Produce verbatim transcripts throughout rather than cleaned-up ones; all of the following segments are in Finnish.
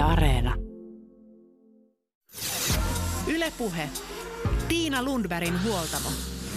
Areena. Yle Puhe. Tiina Lundbergin huoltamo.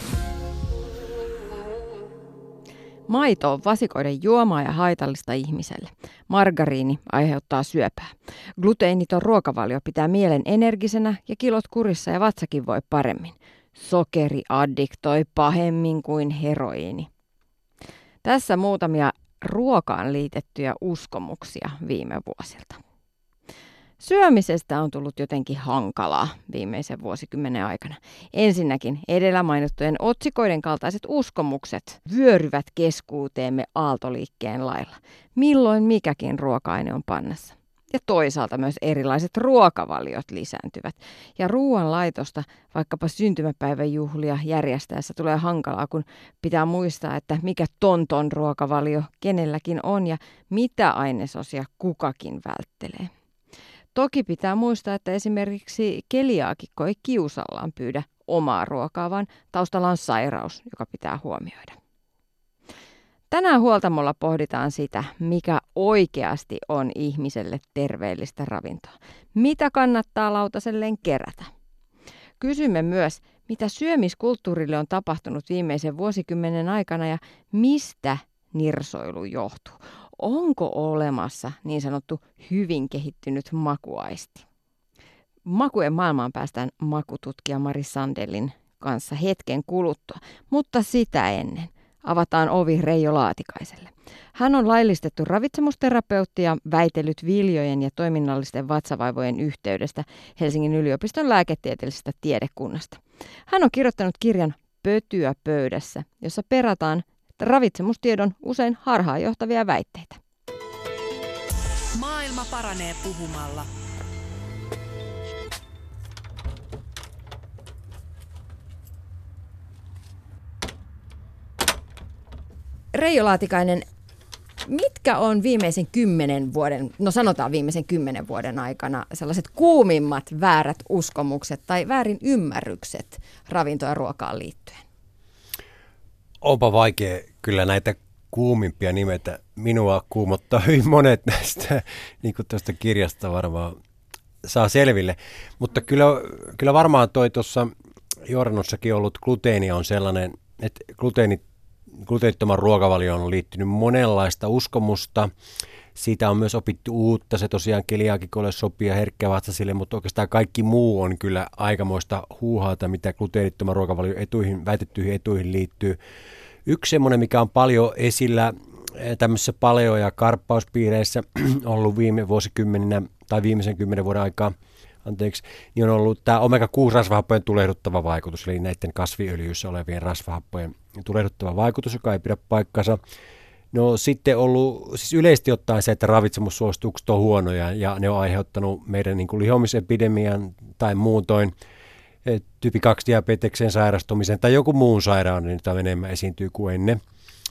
Maito on vasikoiden juomaa ja haitallista ihmiselle. Margariini aiheuttaa syöpää. Gluteeniton ruokavalio pitää mielen energisenä ja kilot kurissa ja vatsakin voi paremmin. Sokeri addiktoi pahemmin kuin heroiini. Tässä muutamia ruokaan liitettyjä uskomuksia viime vuosilta. Syömisestä on tullut jotenkin hankalaa viimeisen vuosikymmenen aikana. Ensinnäkin edellä mainittujen otsikoiden kaltaiset uskomukset vyöryvät keskuuteemme aaltoliikkeen lailla. Milloin mikäkin ruoka-aine on pannassa. Ja toisaalta myös erilaiset ruokavaliot lisääntyvät. Ja ruoanlaitosta, vaikkapa syntymäpäiväjuhlia järjestäessä, tulee hankalaa, kun pitää muistaa, että mikä tonton ruokavalio kenelläkin on ja mitä ainesosia kukakin välttelee. Toki pitää muistaa, että esimerkiksi keliaakikko ei kiusallaan pyydä omaa ruokaa, vaan taustalla on sairaus, joka pitää huomioida. Tänään huoltamolla pohditaan sitä, mikä oikeasti on ihmiselle terveellistä ravintoa. Mitä kannattaa lautaselleen kerätä? Kysymme myös, mitä syömiskulttuurille on tapahtunut viimeisen vuosikymmenen aikana ja mistä nirsoilu johtuu. Onko olemassa niin sanottu hyvin kehittynyt makuaisti? Makujen maailmaan päästään makututkija Mari Sandellin kanssa hetken kuluttua, mutta sitä ennen avataan ovi Reijo Laatikaiselle. Hän on laillistettu ravitsemusterapeutti ja väitellyt viljojen ja toiminnallisten vatsavaivojen yhteydestä Helsingin yliopiston lääketieteellisestä tiedekunnasta. Hän on kirjoittanut kirjan Pötyä pöydässä, jossa perataan ravitsemustiedon usein harhaanjohtavia väitteitä. Maailma paranee puhumalla. Reijo Laatikainen, mitkä on viimeisen kymmenen vuoden, no sanotaan viimeisen kymmenen vuoden aikana sellaiset kuumimmat väärät uskomukset tai väärin ymmärrykset ravinto- ja ruokaan liittyen? Onpa vaikea kyllä näitä kuumimpia nimetä. Minua kuumottaa hyvin monet näistä, niin kuin tuosta kirjasta varmaan saa selville. Mutta kyllä, kyllä varmaan toi tuossa johdannossakin ollut gluteenia on sellainen, että gluteeni, gluteenittoman ruokavalioon on liittynyt monenlaista uskomusta. Siitä on myös opittu uutta. Se tosiaan keliaakikolle sopii ja herkkävatsasille, mutta oikeastaan kaikki muu on kyllä aikamoista huuhaata, mitä gluteenittoman ruokavalion etuihin, väitettyihin etuihin liittyy. Yksi semmoinen, mikä on paljon esillä tämmöisissä paleo- ja karppauspiireissä ollut viime vuosikymmeninä tai viimeisen kymmenen vuoden aikaa, anteeksi, niin on ollut tämä omega kuusi rasvahappojen tulehduttava vaikutus, eli näiden kasviöljyissä olevien rasvahappojen tulehduttava vaikutus, joka ei pidä paikkansa. No sitten ollut, siis yleisesti ottaen se, että ravitsemussuositukset on huonoja ja ne on aiheuttanut meidän niin kuin lihomisepidemian tai muutoin tyyppi kaksi diabeteksen sairastumisen tai joku muun sairauden, jota enemmän esiintyy kuin ennen.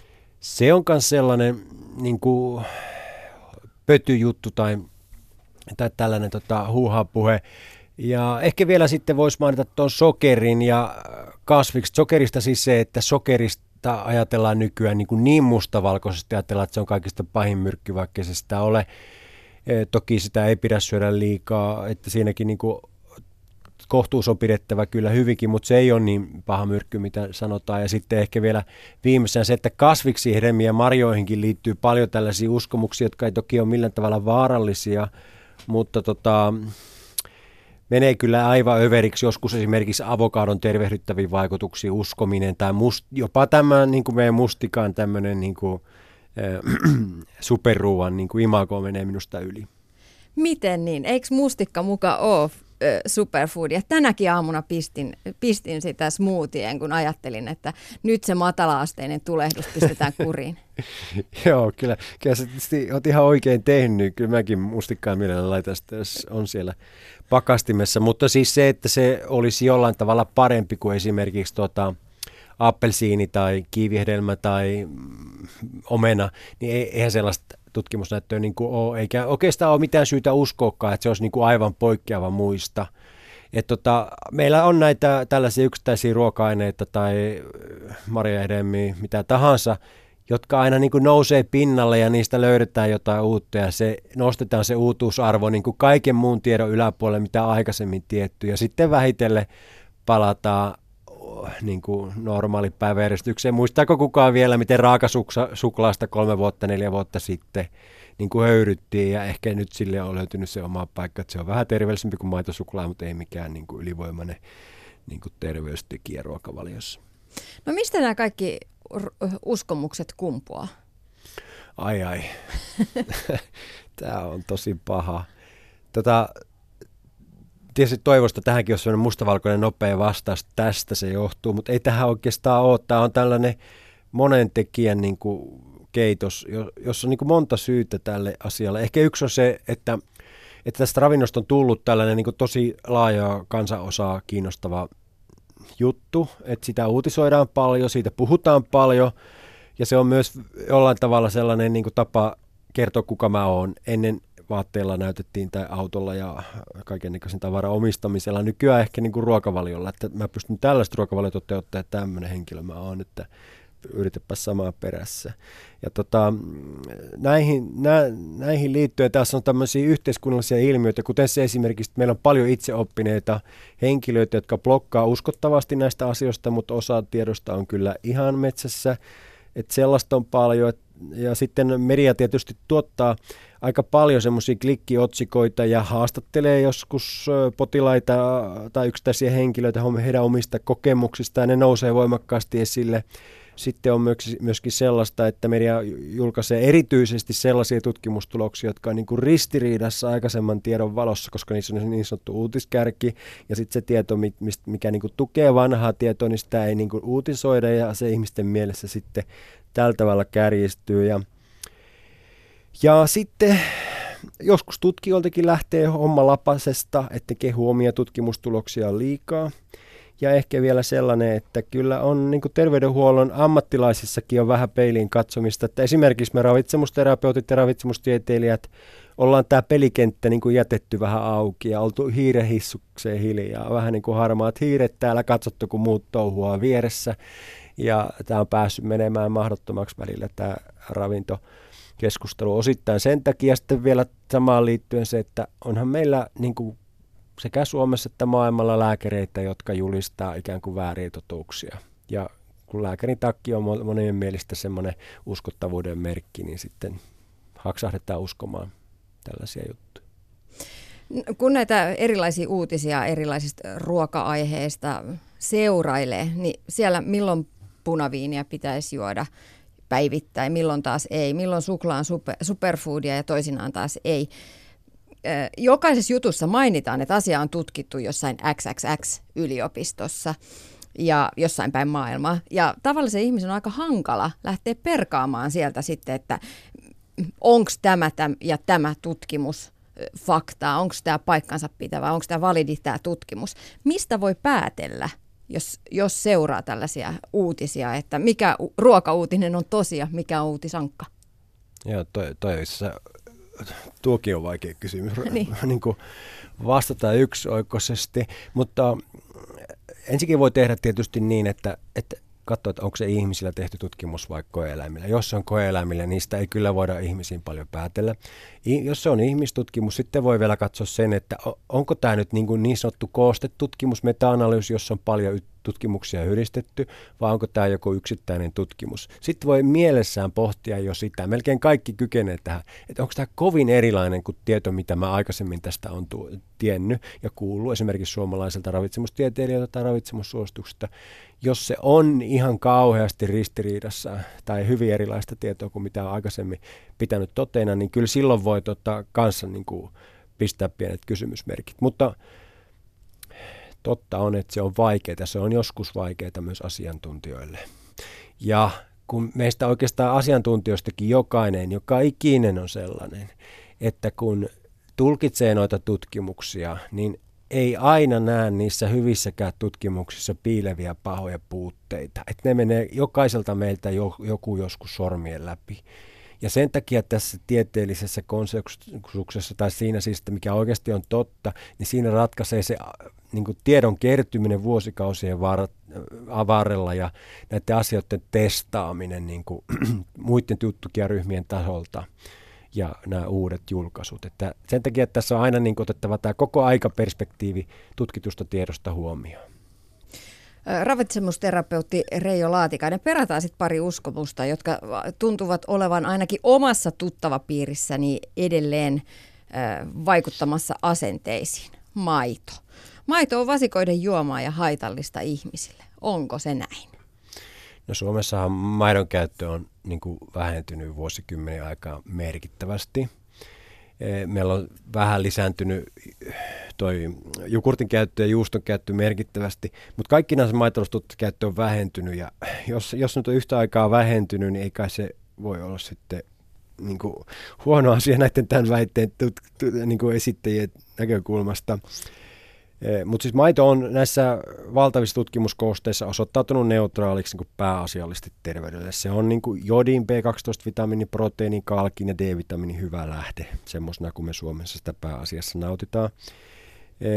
Se on myös sellainen niin kuin pötyjuttu tai, tai tällainen tota, huuhaa-puhe. Ja ehkä vielä sitten voisi mainita tuon sokerin ja kasviksi. Sokerista siis se, että sokerista ajatellaan nykyään niin, kuin niin mustavalkoisesti, ajatellaan, että se on kaikista pahin myrkky, vaikka se sitä ole. E, toki sitä ei pidä syödä liikaa, että siinäkin niin kuin kohtuus on pidettävä kyllä hyvinkin, mutta se ei ole niin paha myrkky, mitä sanotaan. Ja sitten ehkä vielä viimeisään se, että kasviksi, hedelmiin ja marjoihinkin liittyy paljon tällaisia uskomuksia, jotka ei toki ole millään tavalla vaarallisia, mutta tota, menee kyllä aivan överiksi joskus esimerkiksi avokadon tervehdyttäviin vaikutuksiin uskominen tai must, jopa tämä niin kuin meidän mustikaan tämmöinen niin kuin, äh, superruuan niin kuin imago menee minusta yli. Miten niin? Eikö mustikka muka ole superfoodia? Tänäkin aamuna pistin, pistin sitä smoothien, kun ajattelin, että nyt se matala-asteinen tulehdus pistetään kuriin. Joo, kyllä, kyllä sä oot ihan oikein tehnyt. Kyllä mäkin mustikkaan mielellä laitan sitä, jos on siellä pakastimessa. Mutta siis se, että se olisi jollain tavalla parempi kuin esimerkiksi tuota, appelsiini tai kiivihedelmä tai omena, niin eihän sellaista tutkimusnäyttöä niin kuin ole, eikä oikeastaan ole mitään syytä uskoakaan, että se olisi niin kuin aivan poikkeava muista. Et tota, meillä on näitä tällaisia yksittäisiä ruoka-aineita tai marjahedelmiä, mitä tahansa, jotka aina niin kuin nousee pinnalle ja niistä löydetään jotain uutta ja se, nostetaan se uutuusarvo niin kuin kaiken muun tiedon yläpuolelle, mitä aikaisemmin tietty. Ja sitten vähitellen palataan niin kuin normaalipäiväjärjestykseen. Muistaako kukaan vielä, miten raakasuklaasta kolme vuotta, neljä vuotta sitten niin kuin höyryttiin ja ehkä nyt sille on löytynyt se oma paikka, että se on vähän terveellisempi kuin maitosuklaa, mutta ei mikään niin kuin ylivoimainen niin kuin terveystekijä ruokavaliossa. No mistä nämä kaikki uskomukset kumpuaa? Ai ai, tämä on tosi paha. Tota, tietysti toivosta tähänkin on sellainen mustavalkoinen nopea vastaus, tästä se johtuu, mutta ei tähän oikeastaan ole. Tämä on tällainen monen tekijän niin kuin keitos, jossa on niin kuin monta syytä tälle asialle. Ehkä yksi on se, että, että tästä ravinnosta on tullut tällainen niin kuin tosi laaja kansanosaa kiinnostava juttu, että sitä uutisoidaan paljon, siitä puhutaan paljon ja se on myös jollain tavalla sellainen niin kuin tapa kertoa, kuka mä oon. Ennen vaatteilla näytettiin tai autolla ja kaikennäköisen tavaran omistamisella. Nykyään ehkä niin kuin ruokavaliolla, että mä pystyn tällaista ruokavaliota toteuttaa, että tämmöinen henkilö mä oon, että yritäpä samaa perässä. Ja tota, näihin, nä, näihin liittyen tässä on tämmöisiä yhteiskunnallisia ilmiöitä, kuten se esimerkiksi, että meillä on paljon itseoppineita henkilöitä, jotka blokkaa uskottavasti näistä asioista, mutta osa tiedosta on kyllä ihan metsässä, että sellaista on paljon. Ja sitten media tietysti tuottaa aika paljon semmoisia klikkiotsikoita ja haastattelee joskus potilaita tai yksittäisiä henkilöitä heidän omista kokemuksista ja ne nousee voimakkaasti esille. Sitten on myöskin sellaista, että media julkaisee erityisesti sellaisia tutkimustuloksia, jotka on niin kuin ristiriidassa aikaisemman tiedon valossa, koska niissä on niin sanottu uutiskärki ja sitten se tieto, mikä niin kuin tukee vanhaa tietoa, niin sitä ei niin kuin uutisoida ja se ihmisten mielessä sitten tällä tavalla kärjistyy. Ja, ja sitten joskus tutkijoiltakin lähtee homma lapasesta, että kehu omia tutkimustuloksia liikaa. Ja ehkä vielä sellainen, että kyllä on niin kuin terveydenhuollon ammattilaisissakin on vähän peiliin katsomista. Että esimerkiksi me ravitsemusterapeutit ja ravitsemustieteilijät ollaan tämä pelikenttä niin kuin jätetty vähän auki ja oltu hiirehissukseen hiljaa. Vähän niin kuin harmaat hiiret täällä katsottu, kun muut touhuaa vieressä. Ja tämä on päässyt menemään mahdottomaksi välillä tämä ravintokeskustelu osittain sen takia. Sitten vielä samaan liittyen se, että onhan meillä niin kuin sekä Suomessa että maailmalla lääkäreitä, jotka julistaa ikään kuin vääriä totuuksia. Ja kun lääkärin takki on monien mielestä semmoinen uskottavuuden merkki, niin sitten haksahdetaan uskomaan tällaisia juttuja. Kun näitä erilaisia uutisia erilaisista ruoka-aiheista seurailee, niin siellä milloin punaviiniä pitäisi juoda päivittäin, milloin taas ei, milloin suklaan super, superfoodia ja toisinaan taas ei. Jokaisessa jutussa mainitaan, että asia on tutkittu jossain X X X-yliopistossa ja jossain päin maailmaa. Ja tavallisen ihmisen on aika hankala lähteä perkaamaan sieltä sitten, että onko tämä täm, ja tämä tutkimus faktaa, onko tämä paikkansa pitävä, onko tämä validi tämä tutkimus. Mistä voi päätellä, jos, jos seuraa tällaisia uutisia, että mikä ruokauutinen on tosia, mikä on uutisankka? Joo, toi, toi tuokin on vaikea kysymys niin. niin kuin vastata yksioikoisesti, mutta ensinnäkin voi tehdä tietysti niin, että, että katsoo, että onko se ihmisillä tehty tutkimus vai koe-eläimillä. Jos se on koe-eläimillä, niin sitä ei kyllä voida ihmisiin paljon päätellä. I, jos se on ihmistutkimus, sitten voi vielä katsoa sen, että onko tämä nyt niin, kuin niin sanottu koostetutkimus, meta-analyysi, jossa on paljon tutkimuksia yhdistetty, vai onko tämä joku yksittäinen tutkimus. Sitten voi mielessään pohtia jo sitä. Melkein kaikki kykenee tähän, että onko tämä kovin erilainen kuin tieto, mitä mä aikaisemmin tästä on tu- tiennyt ja kuullut esimerkiksi suomalaiselta ravitsemustieteilijältä tai ravitsemussuosituksesta. Jos se on ihan kauheasti ristiriidassa tai hyvin erilaista tietoa kuin mitä on aikaisemmin pitänyt toteena, niin kyllä silloin voi tota, kanssa niin kuin pistää pienet kysymysmerkit. Mutta totta on, että se on vaikeaa. Se on joskus vaikeaa myös asiantuntijoille. Ja kun meistä oikeastaan asiantuntijoistakin jokainen, joka ikinen on sellainen, että kun tulkitsee noita tutkimuksia, niin ei aina näe niissä hyvissäkään tutkimuksissa piileviä pahoja puutteita. Että ne menee jokaiselta meiltä jo, joku joskus sormien läpi. Ja sen takia tässä tieteellisessä konsensuksessa tai siinä siis, mikä oikeasti on totta, niin siinä ratkaisee se niin kuin tiedon kertyminen vuosikausien varrella ja näiden asioiden testaaminen niin kuin muiden tutkijaryhmien tasolta ja nämä uudet julkaisut. Että sen takia, että tässä on aina niin kuin otettava tämä koko aikaperspektiivi tutkitusta tiedosta huomioon. Ravitsemusterapeutti Reijo Laatikainen, perataan sitten pari uskomusta, jotka tuntuvat olevan ainakin omassa tuttavapiirissäni edelleen vaikuttamassa asenteisiin. Maito. Maito on vasikoiden juomaa ja haitallista ihmisille. Onko se näin? No Suomessahan maidon käyttö on niin kuin vähentynyt vuosikymmenen aikaa merkittävästi. Meillä on vähän lisääntynyt toi jogurtin käyttö ja juuston käyttö merkittävästi, mutta kaikkinaan se maataloustuotteiden käyttö on vähentynyt. Ja jos, jos nyt on yhtä aikaa vähentynyt, niin ei kai se voi olla sitten niin kuin huono asia näiden tämän väitteen tut, tut, niin kuin esittäjien näkökulmasta. E, mutta siis maito on näissä valtavissa tutkimuskoosteissa osoittautunut neutraaliksi niin kuin pääasiallisesti terveydelle. Se on niin kuin jodin, B kaksitoista-vitamiini, proteiinin, kalkin ja D-vitamiinin hyvä lähde, semmoisena kuin me Suomessa sitä pääasiassa nautitaan. E,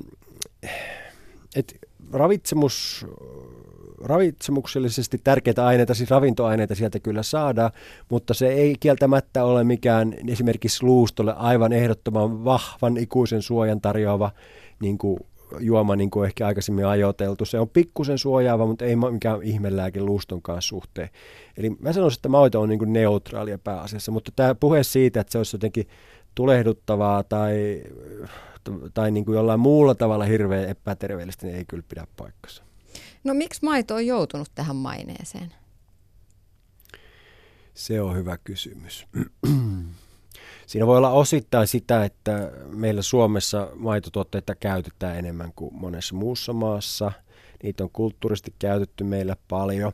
et ravitsemus, ravitsemuksellisesti tärkeitä aineita, siis ravintoaineita sieltä kyllä saadaan, mutta se ei kieltämättä ole mikään esimerkiksi luustolle aivan ehdottoman vahvan ikuisen suojan tarjoava niin kuin juoma, niin kuin ehkä aikaisemmin ajoteltu. Se on pikkusen suojaava, mutta ei mikään ihmelääke luuston kanssa suhteen. Eli mä sanoisin, että maito on niin kuin neutraalia pääasiassa, mutta tämä puhe siitä, että se olisi jotenkin tulehduttavaa tai, tai niin kuin jollain muulla tavalla hirveän epäterveellistä, niin ei kyllä pidä paikkansa. No miksi maito on joutunut tähän maineeseen? Se on hyvä kysymys. Siinä voi olla osittain sitä, että meillä Suomessa maitotuotteita käytetään enemmän kuin monessa muussa maassa. Niitä on kulttuurisesti käytetty meillä paljon.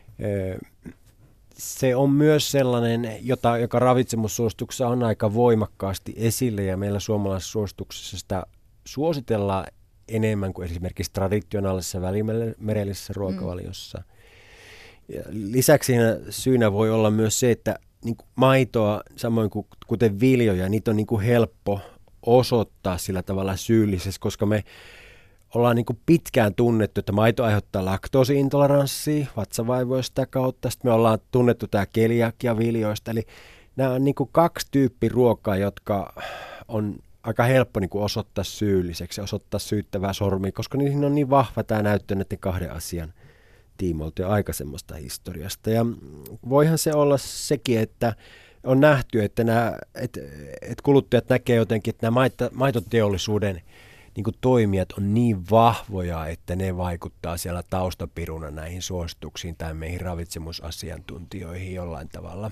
Se on myös sellainen, jota, joka ravitsemussuosituksessa on aika voimakkaasti esille, ja meillä suomalaisessa suosituksessa sitä suositellaan enemmän kuin esimerkiksi traditionaalisessa välimerellisessä ruokavaliossa. Ja lisäksi syynä voi olla myös se, että niin kuin maitoa, samoin kuin kuten viljoja, niitä on niin kuin helppo osoittaa sillä tavalla syyllisesti, koska me ollaan niin kuin pitkään tunnettu, että maito aiheuttaa laktoosiintoleranssia, vatsavaivoja sitä kautta. Sitten me ollaan tunnettu tämä keliakia viljoista. Eli nämä on niin kuin kaksi tyyppiä ruokaa, jotka on aika helppo niin kuin osoittaa syylliseksi, osoittaa syyttävää sormia, koska niihin on niin vahva tämä näyttö näiden kahden asian tiimoilta jo aikaisemmasta historiasta. Ja voihan se olla sekin, että on nähty, että, nämä, että, että kuluttajat näkee jotenkin, että nämä maitoteollisuuden niin kuin toimijat on niin vahvoja, että ne vaikuttaa siellä taustapiruna näihin suosituksiin tai meihin ravitsemusasiantuntijoihin jollain tavalla.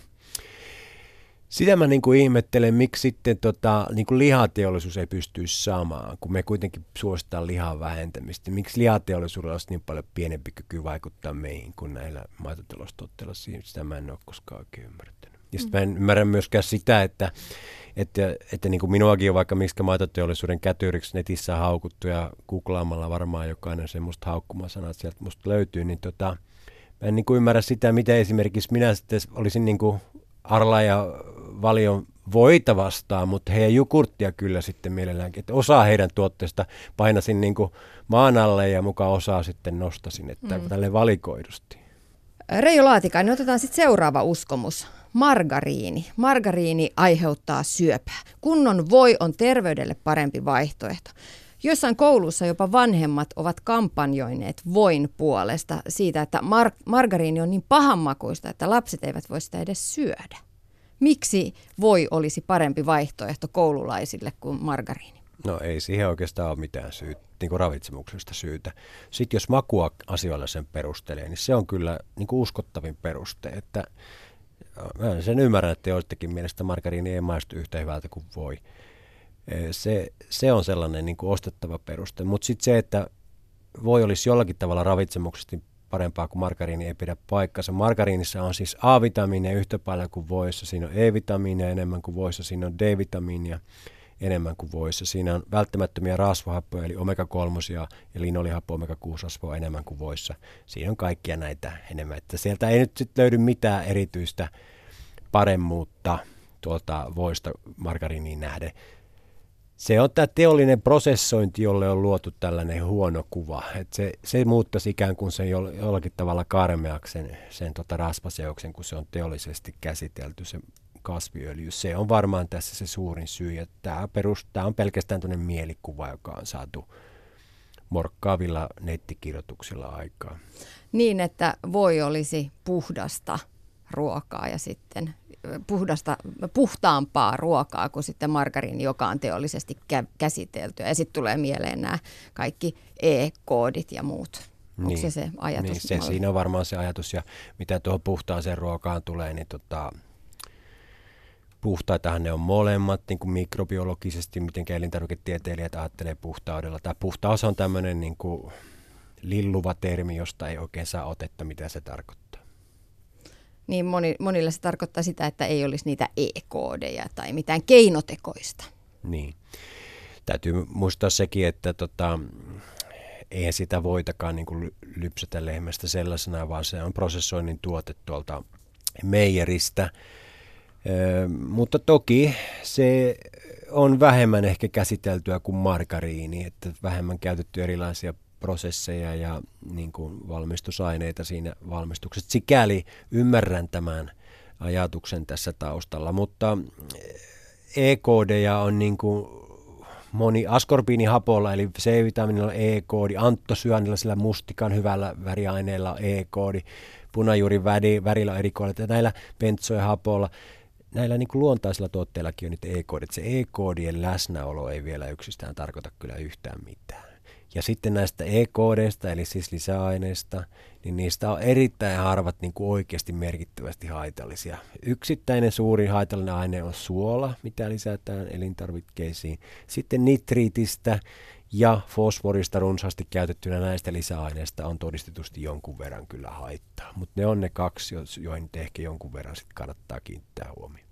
Sitä mä niin kuin ihmettelen, miksi sitten tota, niin kuin lihateollisuus ei pystyisi samaan, kun me kuitenkin suositaan lihan vähentämistä. Miksi lihateollisuudella olisi niin paljon pienempi kyky vaikuttaa meihin kuin näillä maitotaloustuotteilla? Sitä mä en ole koskaan oikein ymmärtänyt. Ja sitten mä en ymmärrä myöskään sitä, että, että, että niin kuin minuakin on vaikka miksi maitoteollisuuden kätyriksi netissä haukuttu ja googlaamalla varmaan jokainen semmoista haukkumasanat sieltä musta löytyy, niin tota, mä en niin kuin ymmärrä sitä, miten esimerkiksi minä sitten olisin niin kuin Arla ja Valion voita vastaan, mutta heidän jogurttia kyllä sitten mielelläänkin. Että osa heidän tuotteista painasin niin kuin maan alle ja mukaan osaa sitten nostasin, että mm. tälle valikoidusti. Reijo Laatikainen, otetaan sitten seuraava uskomus. Margariini. Margariini aiheuttaa syöpää. Kunnon voi on terveydelle parempi vaihtoehto. Joissain kouluissa jopa vanhemmat ovat kampanjoineet voin puolesta siitä, että mar- margariini on niin pahanmakuista, että lapset eivät voi sitä edes syödä. Miksi voi olisi parempi vaihtoehto koululaisille kuin margariini? No ei siihen oikeastaan ole mitään syytä, niin kuin ravitsemuksellista syytä. Sitten jos makua asioilla sen perustelee, niin se on kyllä niin kuin uskottavin peruste. Että mä sen ymmärrän, että joistakin mielestä margariini ei maistu yhtä hyvältä kuin voi. Se, se on sellainen niin kuin ostettava peruste, mutta sitten se, että voi olisi jollakin tavalla ravitsemuksesti parempaa kuin margariini, ei pidä paikkansa. Margariinissa on siis A-vitamiinia yhtä paljon kuin voissa, siinä on E-vitamiinia enemmän kuin voissa, siinä on D-vitamiinia enemmän kuin voissa. Siinä on välttämättömiä rasvahappoja, eli omega kolme ja linolihappo, omega kuusi rasvaa enemmän kuin voissa. Siinä on kaikkia näitä enemmän. Että sieltä ei nyt sit löydy mitään erityistä paremmuutta tuolta voista margariiniin nähden. Se on tämä teollinen prosessointi, jolle on luotu tällainen huono kuva. Et se, se muuttaisi ikään kuin sen jollakin tavalla karmeaksi sen, sen tota rasvaseoksen, kun se on teollisesti käsitelty, se kasviöljy. Se on varmaan tässä se suurin syy. Ja tämä, perus, tämä on pelkästään tämmöinen mielikuva, joka on saatu morkkaavilla nettikirjoituksilla aikaa. Niin, että voi olisi puhdasta ruokaa ja sitten puhdasta, puhtaampaa ruokaa kuin sitten margariini, joka on teollisesti kä- käsitelty. Ja sitten tulee mieleen nämä kaikki E-koodit ja muut. Onko niin, se se ajatus? Niin, se, siinä on varmaan se ajatus. Ja mitä tuohon puhtaaseen ruokaan tulee, niin tota, puhtaitahan ne on molemmat, niin kuin mikrobiologisesti, miten elintarviketieteilijät ajattelee puhtaudella. Tämä puhtaus on tämmöinen niin kuin lilluva termi, josta ei oikein saa otetta, mitä se tarkoittaa. Niin moni, monille se tarkoittaa sitä, että ei olisi niitä E-koodeja tai mitään keinotekoista. Niin. Täytyy muistaa sekin, että tota, eihän sitä voitakaan niin kuin lypsätä lehmästä sellaisena, vaan se on prosessoinnin tuote tuolta meijeristä. Ö, mutta toki se on vähemmän ehkä käsiteltyä kuin margariini, että vähemmän käytetty erilaisia prosesseja ja niin kuin valmistusaineita siinä valmistuksessa. Sikäli ymmärrän tämän ajatuksen tässä taustalla, mutta E-koodeja on niin kuin moni askorbiinihapolla, eli C-vitamiinilla E-koodi, anttosyanilla, sillä mustikan hyvällä väriaineella E-koodi, punajuurin värillä eri koodet, ja näillä bentsojen hapolla, näillä niin kuin luontaisilla tuotteillakin on niitä E-koodit. Se E-koodien läsnäolo ei vielä yksistään tarkoita kyllä yhtään mitään. Ja sitten näistä E-koodeista, eli siis lisäaineista, niin niistä on erittäin harvat niin kuin oikeasti merkittävästi haitallisia. Yksittäinen suurin haitallinen aine on suola, mitä lisätään elintarvikkeisiin. Sitten nitriitistä ja fosforista runsaasti käytettynä näistä lisäaineista on todistetusti jonkun verran kyllä haittaa. Mutta ne on ne kaksi, joihin ehkä jonkun verran sit kannattaa kiinnittää huomioon.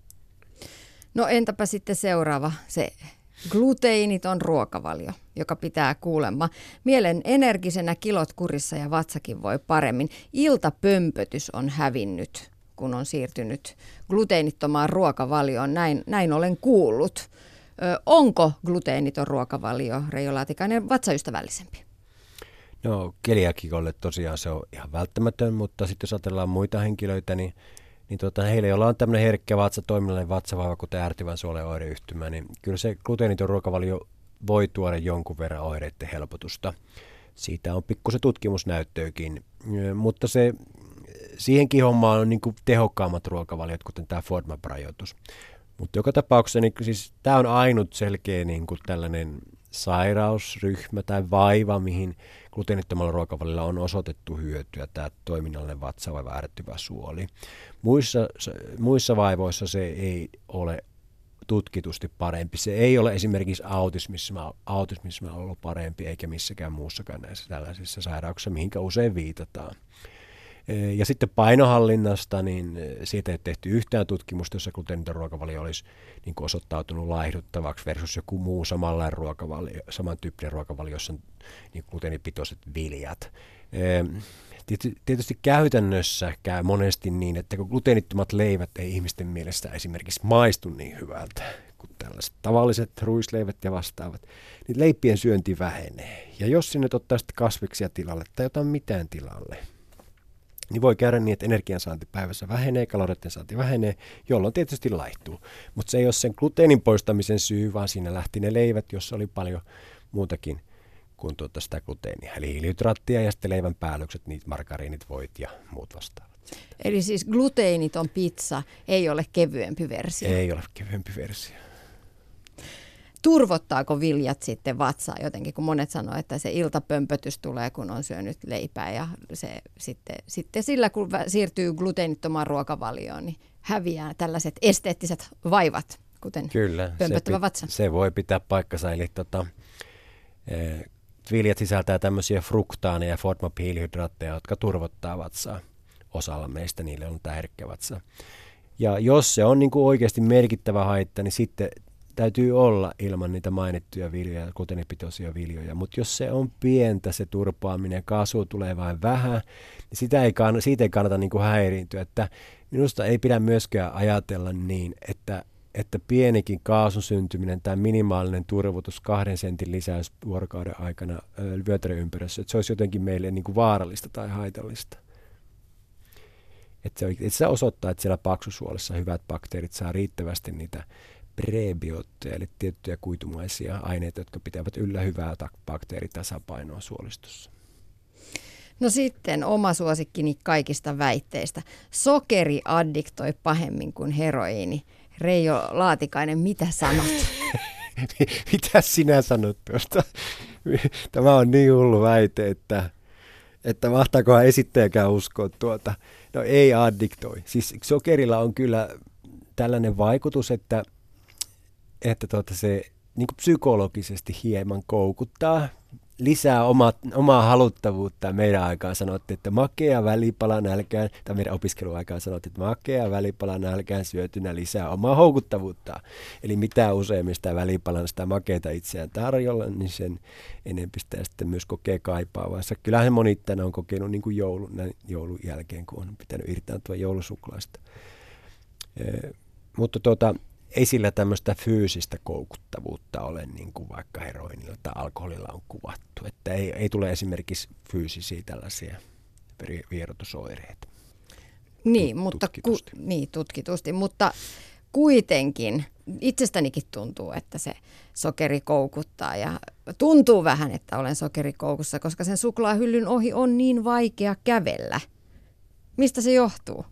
No entäpä sitten seuraava, se gluteiniton ruokavalio, joka pitää kuulemma mielen energisenä, kilot kurissa ja vatsakin voi paremmin. Iltapömpötys on hävinnyt, kun on siirtynyt gluteenittomaan ruokavalioon. Näin, näin olen kuullut. Ö, onko gluteeniton ruokavalio, Reijo Laatikainen, vatsaystävällisempi? No keliakikolle tosiaan se on ihan välttämätön, mutta sitten jos ajatellaan muita henkilöitä, niin niin tuota, heille, joilla on tämmöinen herkkä vatsa, toiminnallinen vatsavaiva, kuten ärtyvän suolen oireyhtymä, niin kyllä se gluteeniton ruokavalio voi tuoda jonkun verran oireiden helpotusta. Siitä on pikkusen tutkimusnäyttöäkin, mutta se, siihenkin hommaan on niin kuin tehokkaammat ruokavaliot, kuten tämä FODMAP-rajoitus. Mutta joka tapauksessa niin siis tämä on ainut selkeä niin kuin tällainen sairausryhmä tai vaiva, mihin gluteenittomalla ruokavaliolla on osoitettu hyötyä, tämä toiminnallinen vatsavaiva, ärtyvä suoli. Muissa, muissa vaivoissa se ei ole tutkitusti parempi. Se ei ole esimerkiksi autismissa, autismissa ollut parempi, eikä missäkään muussakaan näissä tällaisissa sairauksissa, mihinkä usein viitataan. Ja sitten painohallinnasta, niin siitä ei tehty yhtään tutkimusta, jossa gluteeniton ruokavalio olisi niin kuin osoittautunut laihduttavaksi versus joku muu samanlainen ruokavalio, samantyyppinen ruokavalio, jossa on niin gluteenipitoiset viljat. Tietysti käytännössä käy monesti niin, että kun gluteenittomat leivät ei ihmisten mielestä esimerkiksi maistu niin hyvältä kuin tällaiset tavalliset ruisleivät ja vastaavat, niin leipien syönti vähenee. Ja jos sinne ottaa sitten kasviksia tilalle tai jotain mitään tilalle, niin voi käydä niin, että energiansaanti päivässä vähenee, kaloreiden saanti vähenee, jolloin tietysti laihtuu. Mutta se ei ole sen gluteenin poistamisen syy, vaan siinä lähti ne leivät, jossa oli paljon muutakin kuin tuota sitä gluteenia. Eli hiilihydraattia ja sitten leivän päällykset, niitä margariinit, voit ja muut vastaavat. Eli siis gluteeniton pizza ei ole kevyempi versio? Ei ole kevyempi versio. Turvottaako viljat sitten vatsaa jotenkin, kun monet sanoo, että se iltapömpötys tulee, kun on syönyt leipää ja se sitten, sitten sillä, kun siirtyy gluteenittomaan ruokavalioon, niin häviää tällaiset esteettiset vaivat, kuten Kyllä, pömpöttävä se, vatsa. se voi pitää paikkansa, eli tota, eh, viljat sisältää tämmöisiä fruktaaneja, FODMAP-hiilihydraatteja, jotka turvottaa vatsaa. Osalla meistä niille on tämä herkkä vatsa. Ja jos se on niin kuin oikeasti merkittävä haitta, niin sitten täytyy olla ilman niitä mainittuja viljoja, gluteenipitoisia viljoja, mutta jos se on pientä se turpaaminen, kaasua tulee vain vähän, niin sitä ei kann- siitä ei kannata niin kuin häiriintyä. Että minusta ei pidä myöskään ajatella niin, että että pienikin kaasun syntyminen tai minimaalinen turvotus kahden sentin lisäys vuorokauden aikana vyötäröympyrässä, että se olisi jotenkin meille niin kuin vaarallista tai haitallista. Että se, että se osoittaa, että siellä paksusuolessa hyvät bakteerit saa riittävästi niitä prebiootteja, eli tiettyjä kuitumaisia aineita, jotka pitävät yllä hyvää bakteeritasapainoa suolistossa. No sitten oma suosikkini kaikista väitteistä. Sokeri addiktoi pahemmin kuin heroiini. Reijo Laatikainen, mitä sanot? Mitä sinä sanot tuosta? Tämä on niin hullu väite, että, että mahtaakohan esittäjäkään uskoa tuota. No ei addiktoi. Siis sokerilla on kyllä tällainen vaikutus, että, että tuota se niin kuin psykologisesti hieman koukuttaa. Lisää oma, omaa haluttavuutta. Meidän aikaan sanottiin, että makea välipala nälkään, tai meidän opiskeluaikaan sanottiin, että makea välipala nälkään syötynä lisää omaa houkuttavuutta. Eli mitä useammin sitä välipalan sitä makeita itseään tarjolla, niin sen enemmän sitä sitten myös kokee kaipaavansa. Kyllähän moni tänään on kokenut niin kuin joulun, näin joulun jälkeen, kun on pitänyt irtaantua joulusuklaista. E, mutta tuota... Ei sillä tämmöistä fyysistä koukuttavuutta ole, niin kuin vaikka heroinilla tai alkoholilla on kuvattu. Että ei, ei tule esimerkiksi fyysisiä tällaisia vierotusoireita. Niin, mutta tutkitusti. Ku, niin, tutkitusti, mutta kuitenkin itsestänikin tuntuu, että se sokeri koukuttaa ja tuntuu vähän, että olen sokerikoukussa, koska sen suklaahyllyn ohi on niin vaikea kävellä. Mistä se johtuu?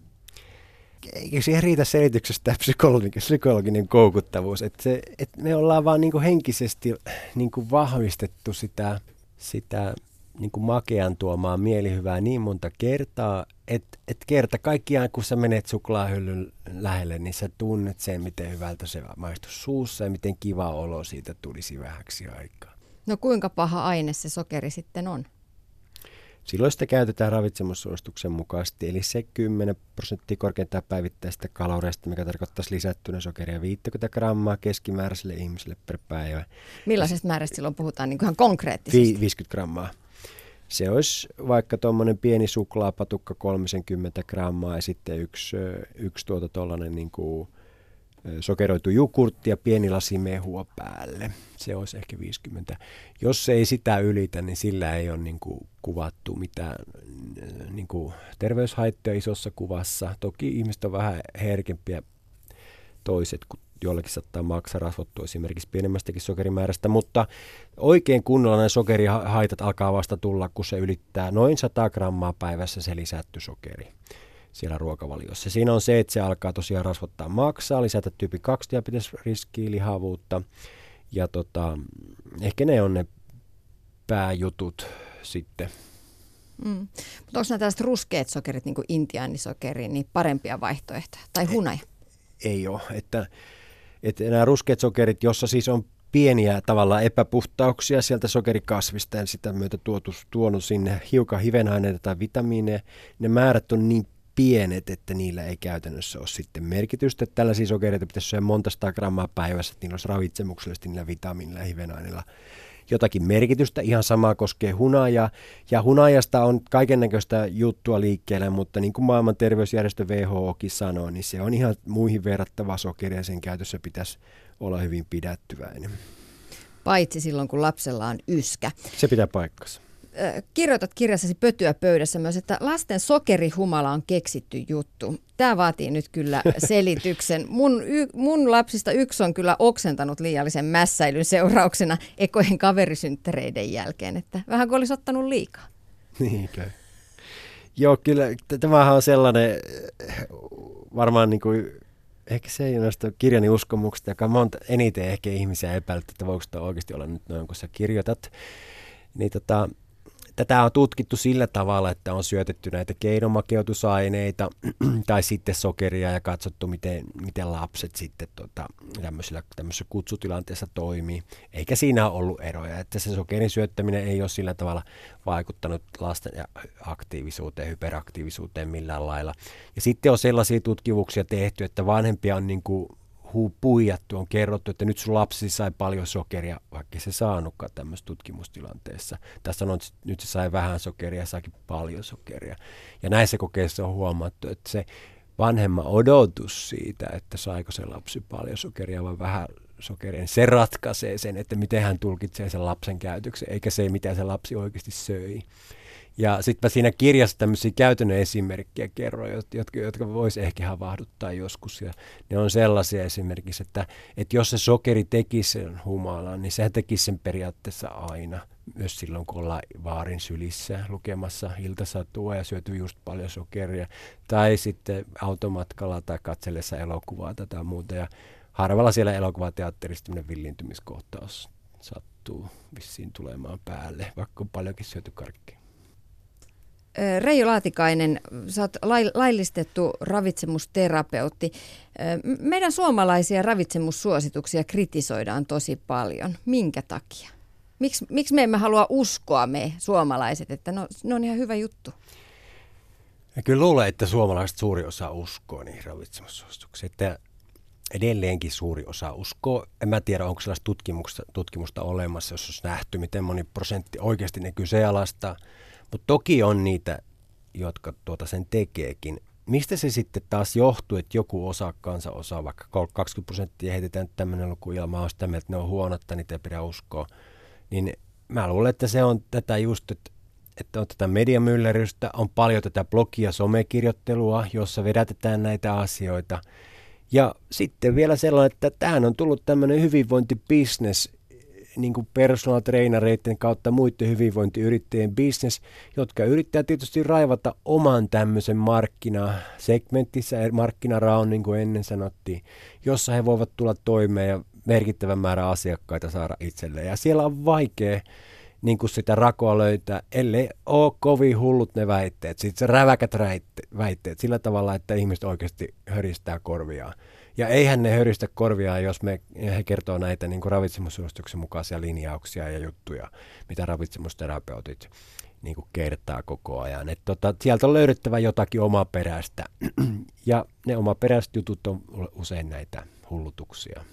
Eikö siihen riitä selityksestä psykologinen, psykologinen koukuttavuus, että, se, että me ollaan vaan niin kuin henkisesti niin kuin vahvistettu sitä, sitä niin kuin makean tuomaa mielihyvää niin monta kertaa, että, että kerta kaikkiaan kun sä menet suklaahyllyn lähelle, niin sä tunnet sen, miten hyvältä se maistuu suussa ja miten kiva olo siitä tulisi vähäksi aikaa. No kuinka paha aine se sokeri sitten on? Silloin sitä käytetään ravitsemussuosituksen mukaisesti, eli se kymmenen prosenttia korkeintaan päivittäistä kaloreista, mikä tarkoittaisi lisättynä sokeria viisikymmentä grammaa keskimääräiselle ihmiselle per päivä. Millaisesta määrästä silloin puhutaan niin ihan konkreettisesti? viisikymmentä grammaa. Se olisi vaikka tuommoinen pieni suklaapatukka kolmekymmentä grammaa ja sitten yksi, yksi tuota tollainen niin kuin sokeroitu jogurtti ja pieni lasi mehua päälle. Se olisi ehkä viisikymmentä. Jos se ei sitä ylitä, niin sillä ei ole niin kuin kuvattu mitään niin kuin terveyshaittoja isossa kuvassa. Toki ihmiset on vähän herkempiä toiset, kun jollakin saattaa maksaa rasvottua esimerkiksi pienemmästäkin sokerimäärästä, mutta oikein kunnollinen sokerihaitat alkaa vasta tulla, kun se ylittää noin sata grammaa päivässä se lisätty sokeri siellä ruokavaliossa. Siinä on se, että se alkaa tosiaan rasvottaa maksaa, lisätä tyyppi kaksi diabetesriskiä, lihavuutta ja tota, ehkä ne on ne pääjutut sitten. Mm. Mutta onko nämä tällaiset ruskeat sokerit, niin kuin intiaanisokeri, niin parempia vaihtoehtoja? Tai hunaja? Ei, ei ole. Että, että nämä ruskeat sokerit, jossa siis on pieniä tavallaan epäpuhtauksia sieltä sokerikasvista ja sitä myötä tuotu, tuonut sinne hiukan hivenaineita tai vitamiineja, ne määrät on niin pienet, että niillä ei käytännössä ole sitten merkitystä. Tällaisia sokereita pitäisi syödä monta sataa grammaa päivässä, että niillä olisi ravitsemuksellisesti niillä vitamiinilla ja hivenaineilla jotakin merkitystä. Ihan sama koskee hunajaa. Ja hunajasta on kaikennäköistä juttua liikkeellä, mutta niin kuin maailman terveysjärjestö W H Okin sanoo, niin se on ihan muihin verrattava sokeri ja sen käytössä pitäisi olla hyvin pidättyväinen. Paitsi silloin, kun lapsella on yskä. Se pitää paikkansa. Kirjoitat kirjassasi Pötyä pöydässä myös, että lasten sokerihumala on keksitty juttu. Tämä vaatii nyt kyllä selityksen. Mun, y, mun lapsista yksi on kyllä oksentanut liiallisen mässäilyn seurauksena ekojen kaverisynttäreiden jälkeen, että vähän kuin olisi ottanut liikaa. Niinkö? Joo, kyllä tämähän on sellainen varmaan niin kuin, ehkä se ei ole näistä kirjani uskomuksista, joka monta eniten ehkä ihmisiä epäilyt, että voiko tämä oikeasti olla nyt noin, kun sä kirjoitat. Niin tota, tätä on tutkittu sillä tavalla, että on syötetty näitä keinomakeutusaineita tai sitten sokeria ja katsottu, miten, miten lapset sitten tota, tämmöisessä kutsutilanteessa toimii. Eikä siinä ole ollut eroja, että se sokerin syöttäminen ei ole sillä tavalla vaikuttanut lasten aktiivisuuteen, hyperaktiivisuuteen millään lailla. Ja sitten on sellaisia tutkimuksia tehty, että vanhempia on niin kuin puijattu, on kerrottu, että nyt sun lapsi sai paljon sokeria, vaikka se saanutkaan tämmöisessä tutkimustilanteessa. Tässä on, että nyt se sai vähän sokeria ja saikin paljon sokeria. Ja näissä kokeissa on huomattu, että se vanhemman odotus siitä, että saiko se lapsi paljon sokeria vai vähän sokeria, se ratkaisee sen, että miten hän tulkitsee sen lapsen käytöksen, eikä se, mitä se lapsi oikeasti söi. Ja sitten mä siinä kirjassa tämmöisiä käytännön esimerkkejä kerroin, jotka, jotka voisi ehkä havahduttaa joskus. Ja ne on sellaisia esimerkiksi, että, että jos se sokeri tekisi sen humalan, niin sehän tekisi sen periaatteessa aina. Myös silloin, kun ollaan vaarin sylissä lukemassa iltasatua ja syöty just paljon sokeria. Tai sitten automatkalla tai katsellessa elokuvaa tai muuta. Ja harvalla siellä elokuvateatterissa tämmöinen villiintymiskohtaus sattuu vissiin tulemaan päälle, vaikka on paljonkin syöty karkkia. Reijo Laatikainen, sä oot laillistettu ravitsemusterapeutti. Meidän suomalaisia ravitsemussuosituksia kritisoidaan tosi paljon. Minkä takia? Miks, miksi me emme halua uskoa me suomalaiset, että no, ne on ihan hyvä juttu? Ja kyllä luulen, että suomalaiset suuri osa uskoo niihin ravitsemussuosituksiin. Että edelleenkin suuri osa uskoo. En mä tiedä, onko sellaista tutkimusta, tutkimusta olemassa, jos olisi nähty, miten moni prosentti oikeasti ne kyseenalaistaa. Mutta toki on niitä, jotka tuota sen tekeekin. Mistä se sitten taas johtuu, että joku osa kansanosaa, vaikka kaksikymmentä prosenttia heitetään tämmöinen luku ilman, on sitä mieltä, että ne on huonot, niitä ei pidä uskoa. Niin mä luulen, että se on tätä just, että, että on tätä mediamyllerrystä, on paljon tätä blogia, somekirjoittelua, jossa vedätetään näitä asioita. Ja sitten vielä sellainen, että tähän on tullut tämmöinen hyvinvointibisnes, niin kuin personal trainereiden kautta muiden hyvinvointiyrittäjien business, jotka yrittää tietysti raivata oman tämmöisen markkinasegmentissä, markkinaraun, niin kuin ennen sanottiin, jossa he voivat tulla toimeen ja merkittävän määrän asiakkaita saada itselleen. Ja siellä on vaikea niin kuin sitä rakoa löytää, ellei ole kovin hullut ne väitteet, sitten se räväkät väitteet sillä tavalla, että ihmiset oikeasti höristää korviaan. Ja eihän ne höristä korviaan, jos me, he kertoo näitä niin kuin ravitsemussuosituksen mukaisia linjauksia ja juttuja, mitä ravitsemusterapeutit niin kuin kertaa koko ajan. Et tota, sieltä on löydettävä jotakin omaperäistä, ja ne omaperäiset jutut on usein näitä hullutuksia.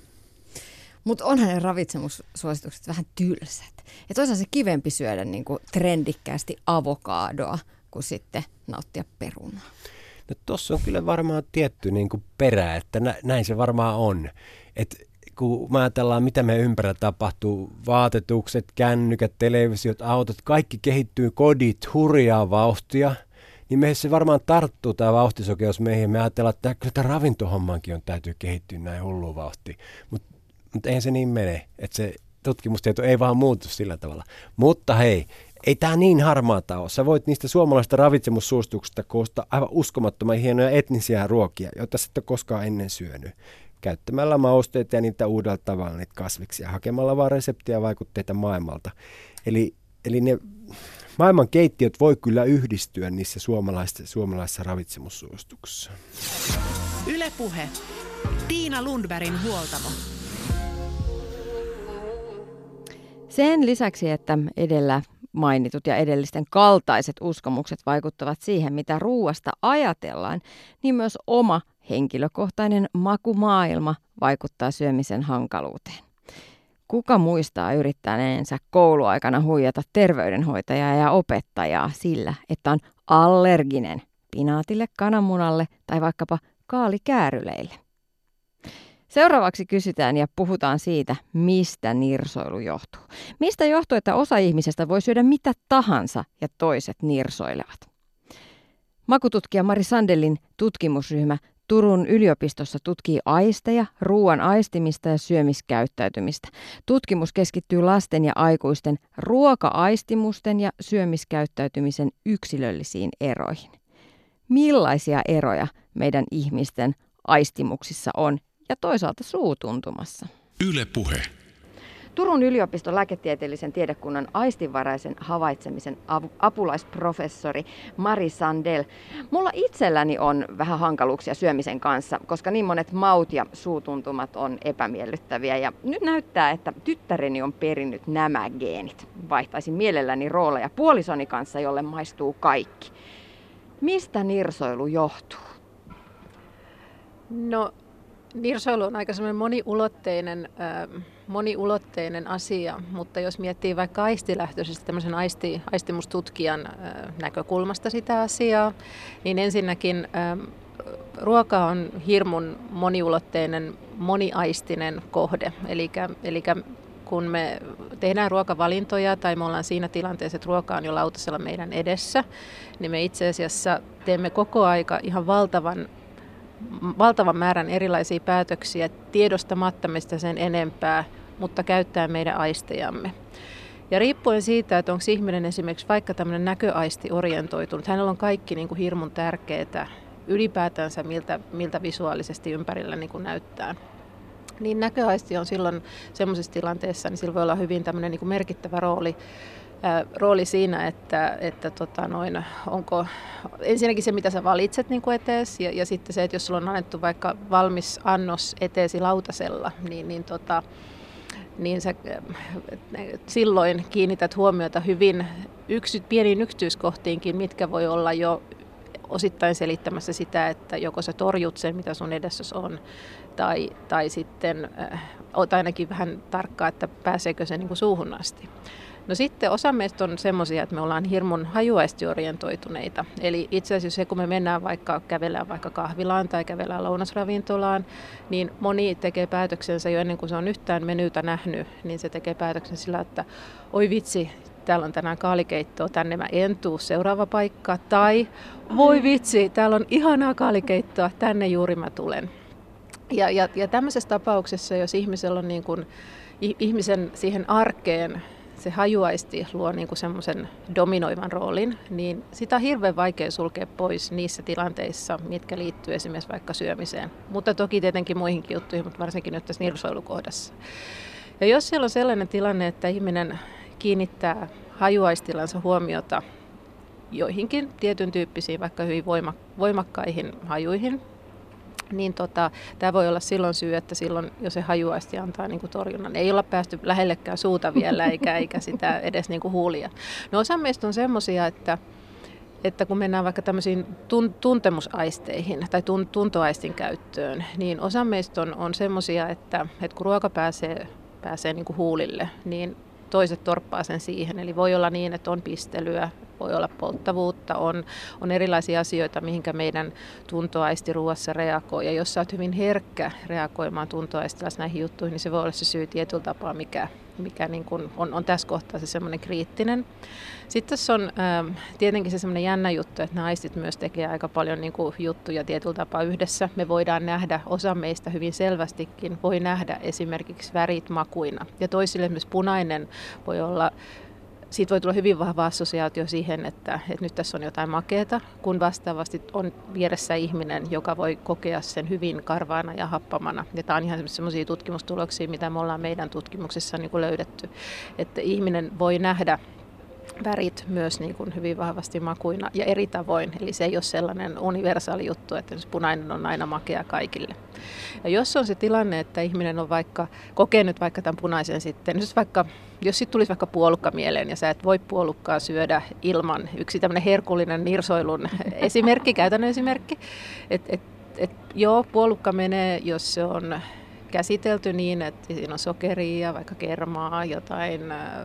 Mutta onhan ne ravitsemussuositukset vähän tylsät. Ja toisaalta se kivempi syödä niin kuin trendikkäästi avokadoa, kuin sitten nauttia perunaa. No tossa on kyllä varmaan tietty niin kuin perä, että nä, näin se varmaan on. Et kun mä ajatellaan, mitä meidän ympärillä tapahtuu, vaatetukset, kännykät, televisiot, autot, kaikki kehittyy, kodit, hurjaa vauhtia, niin meihin se varmaan tarttuu tämä vauhtisokeus meihin. Me ajatellaan, että kyllä tämä ravintohommankin on täytyy kehittyä näin hulluun vauhtiin. Mutta mut eihän se niin mene, että se tutkimustieto ei vaan muutu sillä tavalla. Mutta hei, ei tämä niin harmaata ole. Sä voit niistä suomalaisista ravitsemussuosituksista koostaa aivan uskomattoman hienoja etnisiä ruokia, joita sä et ole koskaan ennen syönyt. Käyttämällä mausteita ja niitä uudella tavalla, niitä kasviksia, hakemalla vaan reseptiä ja vaikutteita maailmalta. Eli, eli ne maailman keittiöt voi kyllä yhdistyä niissä suomalaisissa, suomalaisissa ravitsemussuosituksissa. Yle Puhe. Tiina Lundbergin huoltamo. Sen lisäksi, että edellä mainitut ja edellisten kaltaiset uskomukset vaikuttavat siihen, mitä ruuasta ajatellaan, niin myös oma henkilökohtainen makumaailma vaikuttaa syömisen hankaluuteen. Kuka muistaa yrittäneensä kouluaikana huijata terveydenhoitajaa ja opettajaa sillä, että on allerginen pinaatille, kananmunalle tai vaikkapa kaalikääryleille? Seuraavaksi kysytään ja puhutaan siitä, mistä nirsoilu johtuu. Mistä johtuu, että osa ihmisestä voi syödä mitä tahansa ja toiset nirsoilevat? Makututkija Mari Sandelin tutkimusryhmä Turun yliopistossa tutkii aisteja, ruoan aistimista ja syömiskäyttäytymistä. Tutkimus keskittyy lasten ja aikuisten ruoka-aistimusten ja syömiskäyttäytymisen yksilöllisiin eroihin. Millaisia eroja meidän ihmisten aistimuksissa on ja toisaalta suutuntumassa? Yle Puhe. Turun yliopiston lääketieteellisen tiedekunnan aistinvaraisen havaitsemisen apulaisprofessori Mari Sandel. Mulla itselläni on vähän hankaluuksia syömisen kanssa, koska niin monet maut ja suutuntumat on epämiellyttäviä. Ja nyt näyttää, että tyttäreni on perinnyt nämä geenit. Vaihtaisin mielelläni rooleja puolisoni kanssa, jolle maistuu kaikki. Mistä nirsoilu johtuu? No, nirsoilu on aika semmoinen moniulotteinen, äh, moniulotteinen asia, mutta jos miettii vaikka aistilähtöisesti tämmöisen aisti, aistimustutkijan äh, näkökulmasta sitä asiaa, niin ensinnäkin äh, ruoka on hirmun moniulotteinen, moniaistinen kohde. Eli kun me tehdään ruokavalintoja tai me ollaan siinä tilanteessa, että ruoka on jo lautasella meidän edessä, niin me itse asiassa teemme koko aika ihan valtavan, valtavan määrän erilaisia päätöksiä tiedostamatta meistä sen enempää, mutta käyttää meidän aistejamme. Ja riippuen siitä, että onko ihminen esimerkiksi vaikka tämmöinen näköaisti orientoitunut, hänellä on kaikki niin kuin hirmun tärkeää ylipäätänsä, miltä, miltä visuaalisesti ympärillä niin kuin näyttää. Niin näköaisti on silloin semmoisessa tilanteessa, niin sillä voi olla hyvin tämmöinen niin kuin merkittävä rooli, ää, rooli siinä, että, että tota noin, onko ensinnäkin se, mitä sä valitset niin kuin etees, ja, ja sitten se, että jos sulla on annettu vaikka valmis annos eteesi lautasella, niin, niin tota, niin sä silloin kiinnität huomiota hyvin yksy, pieniin yksityiskohtiinkin, mitkä voi olla jo osittain selittämässä sitä, että joko sä torjut sen, mitä sun edessä on, tai, tai sitten äh, oot ainakin vähän tarkkaa, että pääseekö se niin kuin suuhun asti. No sitten osa meistä on semmoisia, että me ollaan hirmun hajuaistiorientoituneita. Eli itse asiassa se, kun me mennään vaikka kävellään vaikka kahvilaan tai kävellään lounasravintolaan, niin moni tekee päätöksensä jo ennen kuin se on yhtään menyytä nähnyt, niin se tekee päätöksen sillä, että oi vitsi, täällä on tänään kaalikeittoa, tänne mä en tuu, seuraava paikka. Tai voi vitsi, täällä on ihanaa kaalikeittoa, tänne juuri mä tulen. Ja, ja, ja tämmöisessä tapauksessa, jos ihmisellä on niin kuin, ihmisen siihen arkeen, se hajuaisti luo niin kuin semmoisen dominoivan roolin, niin sitä on hirveän vaikea sulkea pois niissä tilanteissa, mitkä liittyy esimerkiksi vaikka syömiseen. Mutta toki tietenkin muihinkin juttuihin, mutta varsinkin nyt tässä nirsoilukohdassa. Ja jos siellä on sellainen tilanne, että ihminen kiinnittää hajuaistilansa huomiota joihinkin tietyn tyyppisiin, vaikka hyvin voimakkaihin hajuihin, niin tota, tämä voi olla silloin syy, että silloin jo se hajuaisti antaa niin kuin torjunnan. Ei olla päästy lähellekään suuta vielä eikä, eikä sitä edes niin kuin huulia. No osa meistä on semmoisia, että, että kun mennään vaikka tämmöisiin tun, tuntemusaisteihin tai tun, tuntoaistin käyttöön, niin osa meistä on, on semmoisia, että, että kun ruoka pääsee, pääsee niin kuin huulille, niin toiset torppaa sen siihen. Eli voi olla niin, että on pistelyä, voi olla polttavuutta, on, on erilaisia asioita, mihinkä meidän tuntoaisti ruoassa reagoi. Ja jos sä oot hyvin herkkä reagoimaan tuntoaistilla näihin juttuihin, niin se voi olla se syy tietyllä tapaa, mikä, mikä niin kun on, on tässä kohtaa se semmoinen kriittinen. Sitten tässä on ähm, tietenkin se semmoinen jännä juttu, että nämä aistit myös tekee aika paljon niin kuin juttuja tietyllä tapaa yhdessä. Me voidaan nähdä, osa meistä hyvin selvästikin voi nähdä esimerkiksi värit makuina. Ja toisille myös punainen voi olla, siitä voi tulla hyvin vahva assosiaatio siihen, että, että nyt tässä on jotain makeata, kun vastaavasti on vieressä ihminen, joka voi kokea sen hyvin karvaana ja happamana. Ja tämä on ihan sellaisia tutkimustuloksia, mitä me ollaan meidän tutkimuksessa niin kuin löydetty, että ihminen voi nähdä värit myös niin kuin hyvin vahvasti makuina ja eri tavoin. Eli se ei ole sellainen universaali juttu, että punainen on aina makea kaikille. Ja jos on se tilanne, että ihminen on vaikka kokenut vaikka tämän punaisen sitten, jos, vaikka, jos sitten tulisi vaikka puolukka mieleen ja sä et voi puolukkaa syödä ilman, yksi tämmöinen herkullinen nirsoilun esimerkki, käytännön esimerkki, että et, et, joo, puolukka menee, jos se on käsitelty niin, että siinä on sokeria, vaikka kermaa, jotain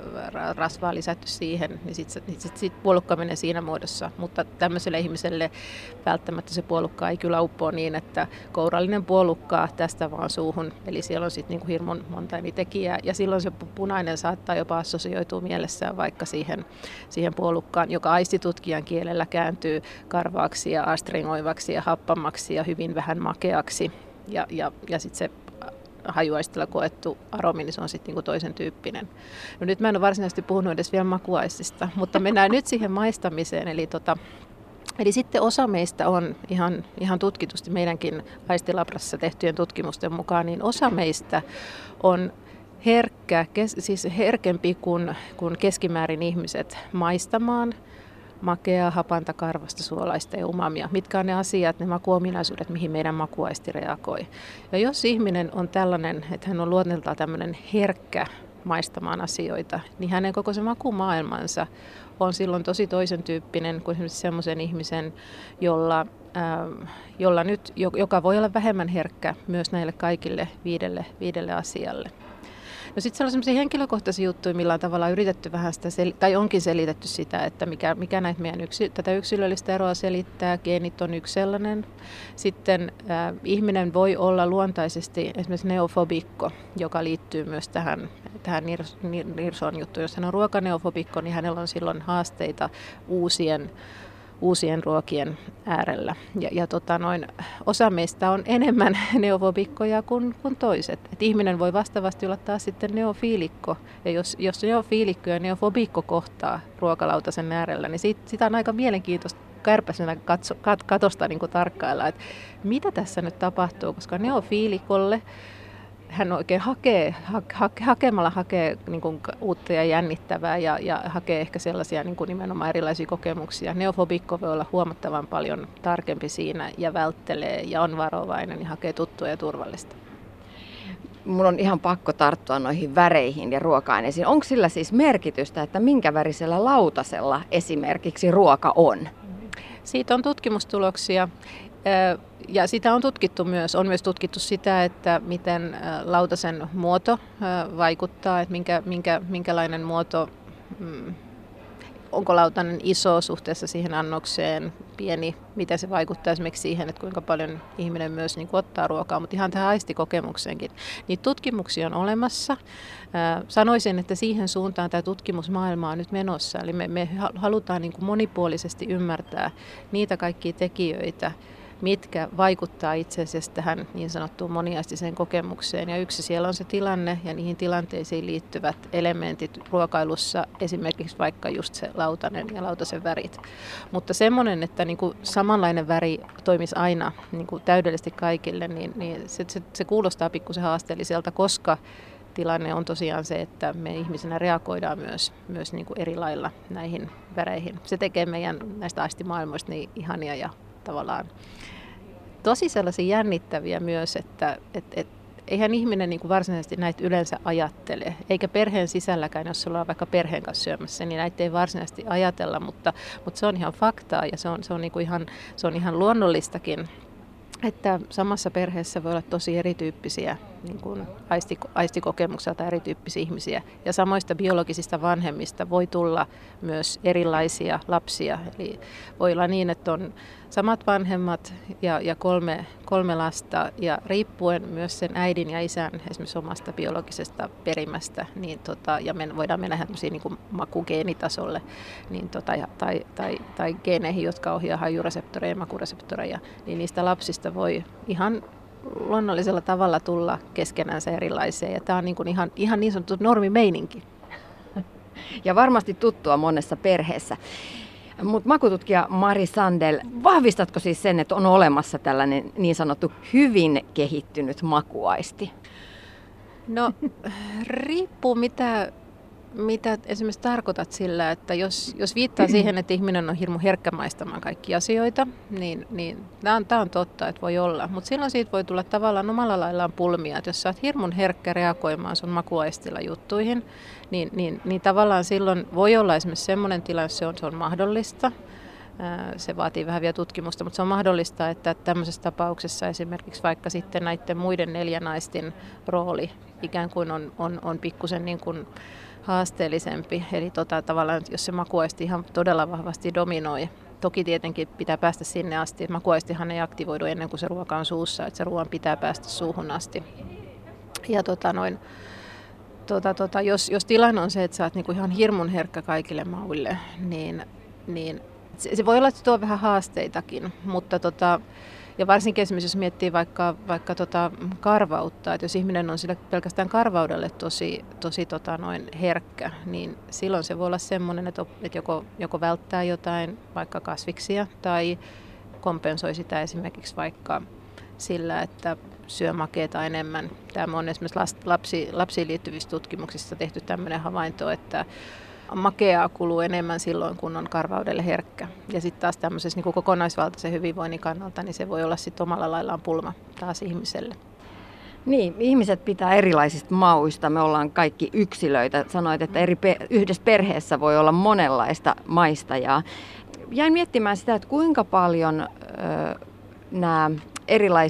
rasvaa lisätty siihen, niin sitten sit, sit puolukka menee siinä muodossa. Mutta tämmöiselle ihmiselle välttämättä se puolukka ei kyllä uppoa niin, että kourallinen puolukkaa tästä vaan suuhun. Eli siellä on sitten niinku hirmun monta eri tekijää. Ja silloin se punainen saattaa jopa assosioitua mielessään vaikka siihen, siihen puolukkaan, joka aistitutkijan kielellä kääntyy karvaaksi ja astringoivaksi ja happamaksi ja hyvin vähän makeaksi. Ja, ja, ja sitten se hajuaistilla koettu aromi, niin se on sitten niinku toisen tyyppinen. No nyt mä en ole varsinaisesti puhunut edes vielä makuaistista, mutta mennään nyt siihen maistamiseen. Eli, tota, eli sitten osa meistä on ihan, ihan tutkitusti meidänkin aistilabrassa tehtyjen tutkimusten mukaan, niin osa meistä on herkkä, kes, siis herkempi kuin, kuin keskimäärin ihmiset maistamaan makeaa, hapanta, karvasta, suolaista ja umamia. Mitkä on ne asiat, ne makuominaisuudet, mihin meidän makuaisti reagoi. Ja jos ihminen on tällainen, että hän on luonteeltaan tämmöinen herkkä maistamaan asioita, niin hänen koko se makumaailmansa on silloin tosi toisen tyyppinen kuin esimerkiksi semmoisen ihmisen, jolla, äh, jolla nyt, joka voi olla vähemmän herkkä myös näille kaikille viidelle, viidelle asialle. No sitten siellä on sellaisia henkilökohtaisia juttuja, millä on tavallaan yritetty vähän sitä, sel- tai onkin selitetty sitä, että mikä, mikä näitä meidän yksi, tätä yksilöllistä eroa selittää. Geenit on yksi sellainen. Sitten äh, ihminen voi olla luontaisesti esimerkiksi neofobikko, joka liittyy myös tähän, tähän nirs, nir, nirson juttuun. Jos hän on ruokaneofobikko, niin hänellä on silloin haasteita uusien uusien ruokien äärellä. Ja, ja tota noin, osa meistä on enemmän neofobikkoja kuin, kuin toiset. Et ihminen voi vastaavasti olla taas sitten neofiilikko. Ja jos, jos neofiilikko ja neofobikko kohtaa ruokalautasen äärellä, niin siitä, sitä on aika mielenkiintoista kärpäsenä katso, kat, katosta niin kuin tarkkailla, että mitä tässä nyt tapahtuu, koska neofiilikolle hän oikein hakee, ha, ha, hakemalla hakee niin kuin uutta ja jännittävää ja, ja hakee ehkä sellaisia niin kuin nimenomaan erilaisia kokemuksia. Neofobikko voi olla huomattavan paljon tarkempi siinä ja välttelee ja on varovainen ja hakee tuttua ja turvallista. Mun on ihan pakko tarttua noihin väreihin ja ruoka-aineisiin. Onko sillä siis merkitystä, että minkä värisellä lautasella esimerkiksi ruoka on? Siitä on tutkimustuloksia. Ja sitä on tutkittu myös. On myös tutkittu sitä, että miten lautasen muoto vaikuttaa, että minkä, minkä, minkälainen muoto, onko lautanen iso suhteessa siihen annokseen, pieni, miten se vaikuttaa esimerkiksi siihen, että kuinka paljon ihminen myös niin kuin ottaa ruokaa, mutta ihan tähän aistikokemukseenkin. Niitä tutkimuksia on olemassa. Sanoisin, että siihen suuntaan tämä tutkimusmaailma on nyt menossa, eli me, me halutaan niin kuin monipuolisesti ymmärtää niitä kaikkia tekijöitä, mitkä vaikuttaa itse asiassa tähän niin sanottuun moniaistiseen kokemukseen. Ja yksi siellä on se tilanne ja niihin tilanteisiin liittyvät elementit ruokailussa, esimerkiksi vaikka just se lautanen ja lautasen värit. Mutta semmoinen, että niin kuin samanlainen väri toimisi aina niin kuin täydellisesti kaikille, niin, niin se, se, se kuulostaa pikkusen haasteelliselta, koska tilanne on tosiaan se, että me ihmisenä reagoidaan myös, myös niin kuin eri lailla näihin väreihin. Se tekee meidän näistä aistimaailmoista niin ihania ja tavallaan tosi sellaisia jännittäviä myös, että et, et, eihän ihminen niin kuin varsinaisesti näitä yleensä ajattele, eikä perheen sisälläkään, jos ollaan vaikka perheen kanssa syömässä, niin näitä ei varsinaisesti ajatella, mutta, mutta se on ihan faktaa ja se on, se on, niin kuin ihan, se on ihan luonnollistakin, että samassa perheessä voi olla tosi erityyppisiä niin kuin aisti, aistikokemukselta erityyppisiä ihmisiä. Ja samoista biologisista vanhemmista voi tulla myös erilaisia lapsia. Eli voi olla niin, että on samat vanhemmat ja, ja kolme, kolme lasta. Ja riippuen myös sen äidin ja isän esimerkiksi omasta biologisesta perimästä, niin tota, ja me voidaan mennä niin kuin makugeenitasolle niin tota, tai, tai, tai geeneihin, jotka ohjaa hajureseptoreja ja makureseptoreja, niin niistä lapsista voi ihan luonnollisella tavalla tulla keskenänsä erilaisia. Ja tämä on niin, kuin ihan, ihan niin sanottu normimeininki. Ja varmasti tuttua monessa perheessä. Mutta makututkija Mari Sandel, vahvistatko siis sen, että on olemassa tällainen niin sanottu hyvin kehittynyt makuaisti? No riippuu mitä, mitä esimerkiksi tarkoitat sillä, että jos, jos viittaa siihen, että ihminen on hirmu herkkä maistamaan kaikkia asioita, niin, niin tämä on, on totta, että voi olla. Mutta silloin siitä voi tulla tavallaan omalla laillaan pulmia, että jos sä oot hirmun herkkä reagoimaan sun makuaistilla juttuihin, niin, niin, niin tavallaan silloin voi olla esimerkiksi semmoinen tilanne, se on, se on mahdollista. Se vaatii vähän vielä tutkimusta, mutta se on mahdollista, että tämmöisessä tapauksessa esimerkiksi vaikka sitten näiden muiden neljän aistin rooli ikään kuin on, on, on pikkusen niin kuin haasteellisempi. Eli tota, tavallaan, jos se makuaisti ihan todella vahvasti dominoi. Toki tietenkin pitää päästä sinne asti. Makuaistihan ei aktivoidu ennen kuin se ruoka on suussa, että se ruoan pitää päästä suuhun asti. Ja tota noin, tota, tota, jos, jos tilanne on se, että sä oot niinku ihan hirmun herkkä kaikille mauille, niin, niin se, se voi olla, että se tuo vähän haasteitakin, mutta tota, ja varsinkin esimerkiksi jos miettii vaikka, vaikka tota karvautta, että jos ihminen on sillä pelkästään karvaudelle tosi, tosi tota noin herkkä, niin silloin se voi olla semmoinen, että, että joko, joko välttää jotain, vaikka kasviksia, tai kompensoi sitä esimerkiksi vaikka sillä, että syö makeata enemmän. Tämä on esimerkiksi lapsi, lapsiin liittyvissä tutkimuksissa tehty tämmöinen havainto, että makeaa kuluu enemmän silloin, kun on karvaudelle herkkä. Ja sitten taas tämmöisessä niin kuin kokonaisvaltaisen hyvinvoinnin kannalta, niin se voi olla sitten omalla laillaan pulma taas ihmiselle. Niin, ihmiset pitää erilaisista mauista. Me ollaan kaikki yksilöitä. Sanoit, että eri pe- yhdessä perheessä voi olla monenlaista maistajaa. Jäin miettimään sitä, että kuinka paljon ö, nämä erilaiset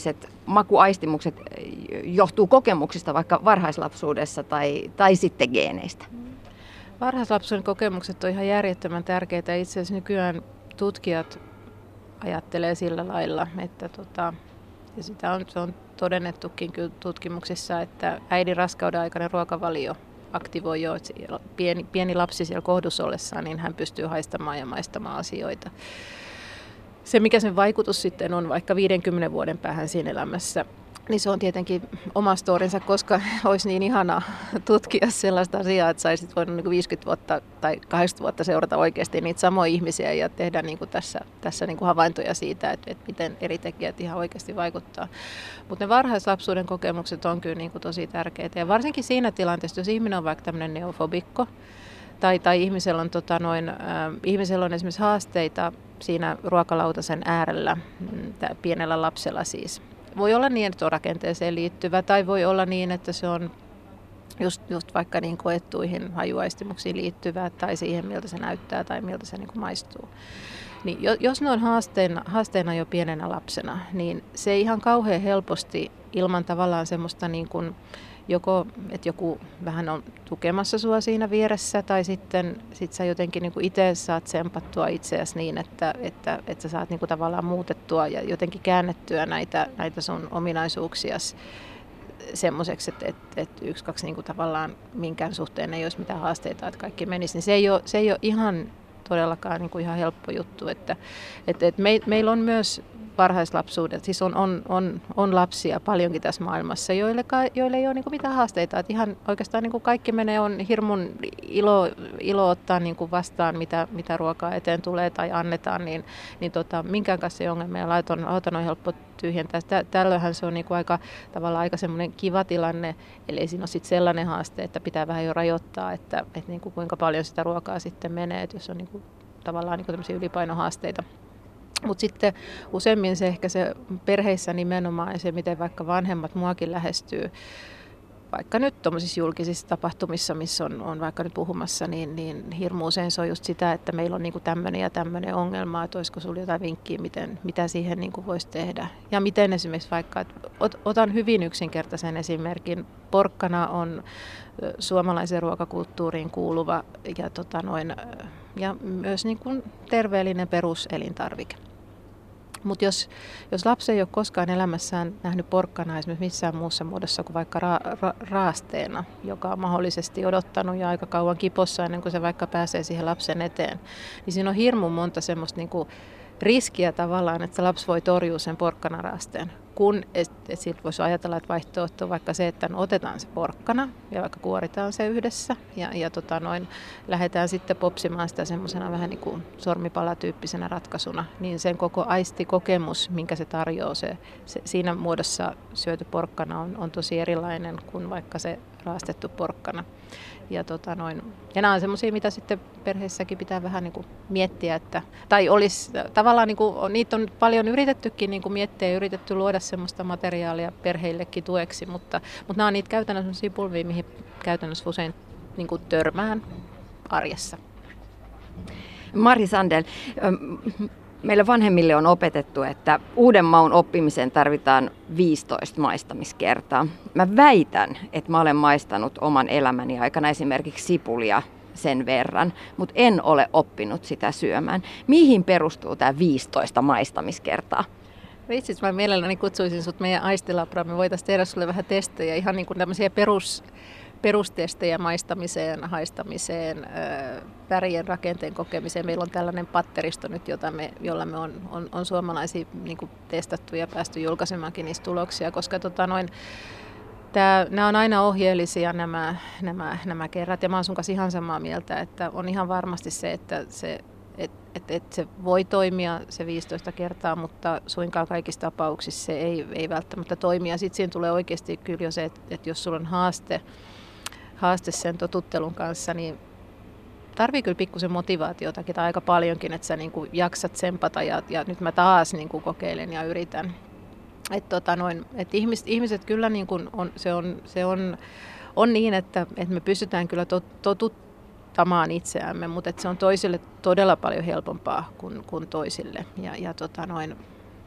makuaistimukset johtuu kokemuksista vaikka varhaislapsuudessa tai, tai sitten geeneistä? Varhaislapsuuden kokemukset on ihan järjettömän tärkeitä. Itse asiassa nykyään tutkijat ajattelee sillä lailla, että tota, ja sitä on, se on todennettukin kyllä tutkimuksissa, että äidin raskauden aikainen ruokavalio aktivoi jo, että pieni, pieni lapsi siellä kohdussa ollessaan, niin hän pystyy haistamaan ja maistamaan asioita. Se, mikä sen vaikutus sitten on vaikka viidenkymmenen vuoden päähän siinä elämässä, niin se on tietenkin oma storinsa, koska olisi niin ihanaa tutkia sellaista asiaa, että saisit voinut niin viisikymmentä vuotta tai kahdeksankymmentä vuotta seurata oikeasti niitä samoja ihmisiä ja tehdä niin kuin tässä, tässä niin kuin havaintoja siitä, että, että miten eri tekijät ihan oikeasti vaikuttaa. Mutta ne varhaislapsuuden kokemukset on kyllä niin kuin tosi tärkeitä ja varsinkin siinä tilanteessa, jos ihminen on vaikka tämmöinen neofobikko, Tai, tai ihmisellä, on, tota, noin, äh, ihmisellä on esimerkiksi haasteita siinä ruokalautasen äärellä, tää, pienellä lapsella siis. Voi olla niin, että se on rakenteeseen liittyvä, tai voi olla niin, että se on just, just vaikka niin koettuihin hajuaistimuksiin liittyvä, tai siihen, miltä se näyttää, tai miltä se niin kuin maistuu. Niin jos ne on haasteena, haasteena jo pienenä lapsena, niin se ei ihan kauhean helposti ilman tavallaan semmoista niin kuin joko, että joku vähän on tukemassa sua siinä vieressä, tai sitten sit sä jotenkin niin kuin itse saat tsempattua itseäsi niin, että, että, että sä saat niin kuin tavallaan muutettua ja jotenkin käännettyä näitä, näitä sun ominaisuuksiasi semmoiseksi, että, että, että yksi, kaksi niin kuin tavallaan minkään suhteen ei olisi mitään haasteita, että kaikki menisi, niin se ei ole, se ei ole ihan todellakaan niin kuin ihan helppo juttu. Että, että, että me, meillä on myös varhaislapsuudet, siis on, on, on, on lapsia paljonkin tässä maailmassa, joille, joille ei ole niin kuin mitään haasteita. Että ihan oikeastaan niin kuin kaikki menee, on hirmun ilo, ilo ottaa niin kuin vastaan, mitä, mitä ruokaa eteen tulee tai annetaan, niin, niin tota, minkään kanssa ei ongelmia. Laiton, laiton on helppo tyhjentää. Tällöinhän se on niin kuin aika, tavallaan aika semmoinen kiva tilanne, eli siinä on sitten sellainen haaste, että pitää vähän jo rajoittaa, että, että niin kuin kuinka paljon sitä ruokaa sitten menee, että jos on niin kuin, tavallaan niin kuin tämmöisiä ylipainohaasteita. Mutta sitten useimmin se ehkä se perheissä nimenomaan ja se, miten vaikka vanhemmat muakin lähestyy, vaikka nyt tuollaisissa julkisissa tapahtumissa, missä on, on vaikka nyt puhumassa, niin, niin hirmu usein se on just sitä, että meillä on niinku tämmöinen ja tämmöinen ongelma, että olisiko sinulla jotain vinkkiä, miten, mitä siihen niinku voisi tehdä. Ja miten esimerkiksi vaikka, että ot, otan hyvin yksinkertaisen esimerkin, porkkana on suomalaiseen ruokakulttuuriin kuuluva ja, tota noin, ja myös niin kuin terveellinen peruselintarvike. Mutta jos, jos lapsi ei ole koskaan elämässään nähnyt porkkanaa esimerkiksi missään muussa muodossa kuin vaikka ra, ra, raasteena, joka on mahdollisesti odottanut ja aika kauan kipossa ennen kuin se vaikka pääsee siihen lapsen eteen, niin siinä on hirmu monta semmoista niinku riskiä tavallaan, että se lapsi voi torjua sen porkkanaraasteen. Kun et, et siltä voisi ajatella, että vaihtoehto on vaikka se, että no otetaan se porkkana ja vaikka kuoritaan se yhdessä ja, ja tota noin, lähdetään sitten popsimaan sitä semmoisena vähän niin kuin sormipalatyyppisenä ratkaisuna, niin sen koko aistikokemus, minkä se tarjoaa, se, se, siinä muodossa syöty porkkana on, on tosi erilainen kuin vaikka se raastettu porkkana. Ja, tota noin, ja nämä on semmoisia, mitä sitten perheessäkin pitää vähän niin kuin miettiä, että, tai olisi tavallaan, niin kuin, niitä on paljon yritettykin niin kuin miettiä ja yritetty luoda semmoista materiaalia perheillekin tueksi, mutta, mutta nämä on niitä käytännössä semmoisia pulvia, mihin käytännössä usein niin kuin törmään arjessa. Mari Sandel, meillä vanhemmille on opetettu, että uuden maun oppimiseen tarvitaan viisitoista maistamiskertaa. Mä väitän, että mä olen maistanut oman elämäni aikana esimerkiksi sipulia sen verran, mutta en ole oppinut sitä syömään. Mihin perustuu tämä viisitoista maistamiskertaa? Vitsit, mä mielelläni kutsuisin sut meidän aistilabraan. Me voitaisiin tehdä sulle vähän testejä, ihan niin kuin tämmöisiä perus... perustestejä maistamiseen, haistamiseen, värien rakenteen kokemiseen. Meillä on tällainen patteristo nyt, jota me, jolla me on, on, on suomalaisia niin kuin testattu ja päästy julkaisemaankin niistä tuloksia, koska tota noin, tää, nämä on aina ohjeellisia nämä, nämä, nämä kerrat. Ja mä oon sun kanssa ihan samaa mieltä, että on ihan varmasti se, että se, et, et, et se voi toimia se viisitoista kertaa, mutta suinkaan kaikissa tapauksissa se ei, ei välttämättä toimi. Ja sitten siinä tulee oikeasti kyllä jo se, että, että jos sulla on haaste, haaste sen totuttelun kanssa, niin tarvii kyllä pikkusen motivaatiotakin tai aika paljonkin, että sä niin kuin jaksat tsempata ja, ja nyt mä taas niin kuin kokeilen ja yritän. Et tota noin, et ihmiset, ihmiset kyllä niin kuin on, se, on, se on, on niin, että, että me pystytään kyllä totuttamaan itseämme, mutta että se on toisille todella paljon helpompaa kuin, kuin toisille. Ja, ja tota noin,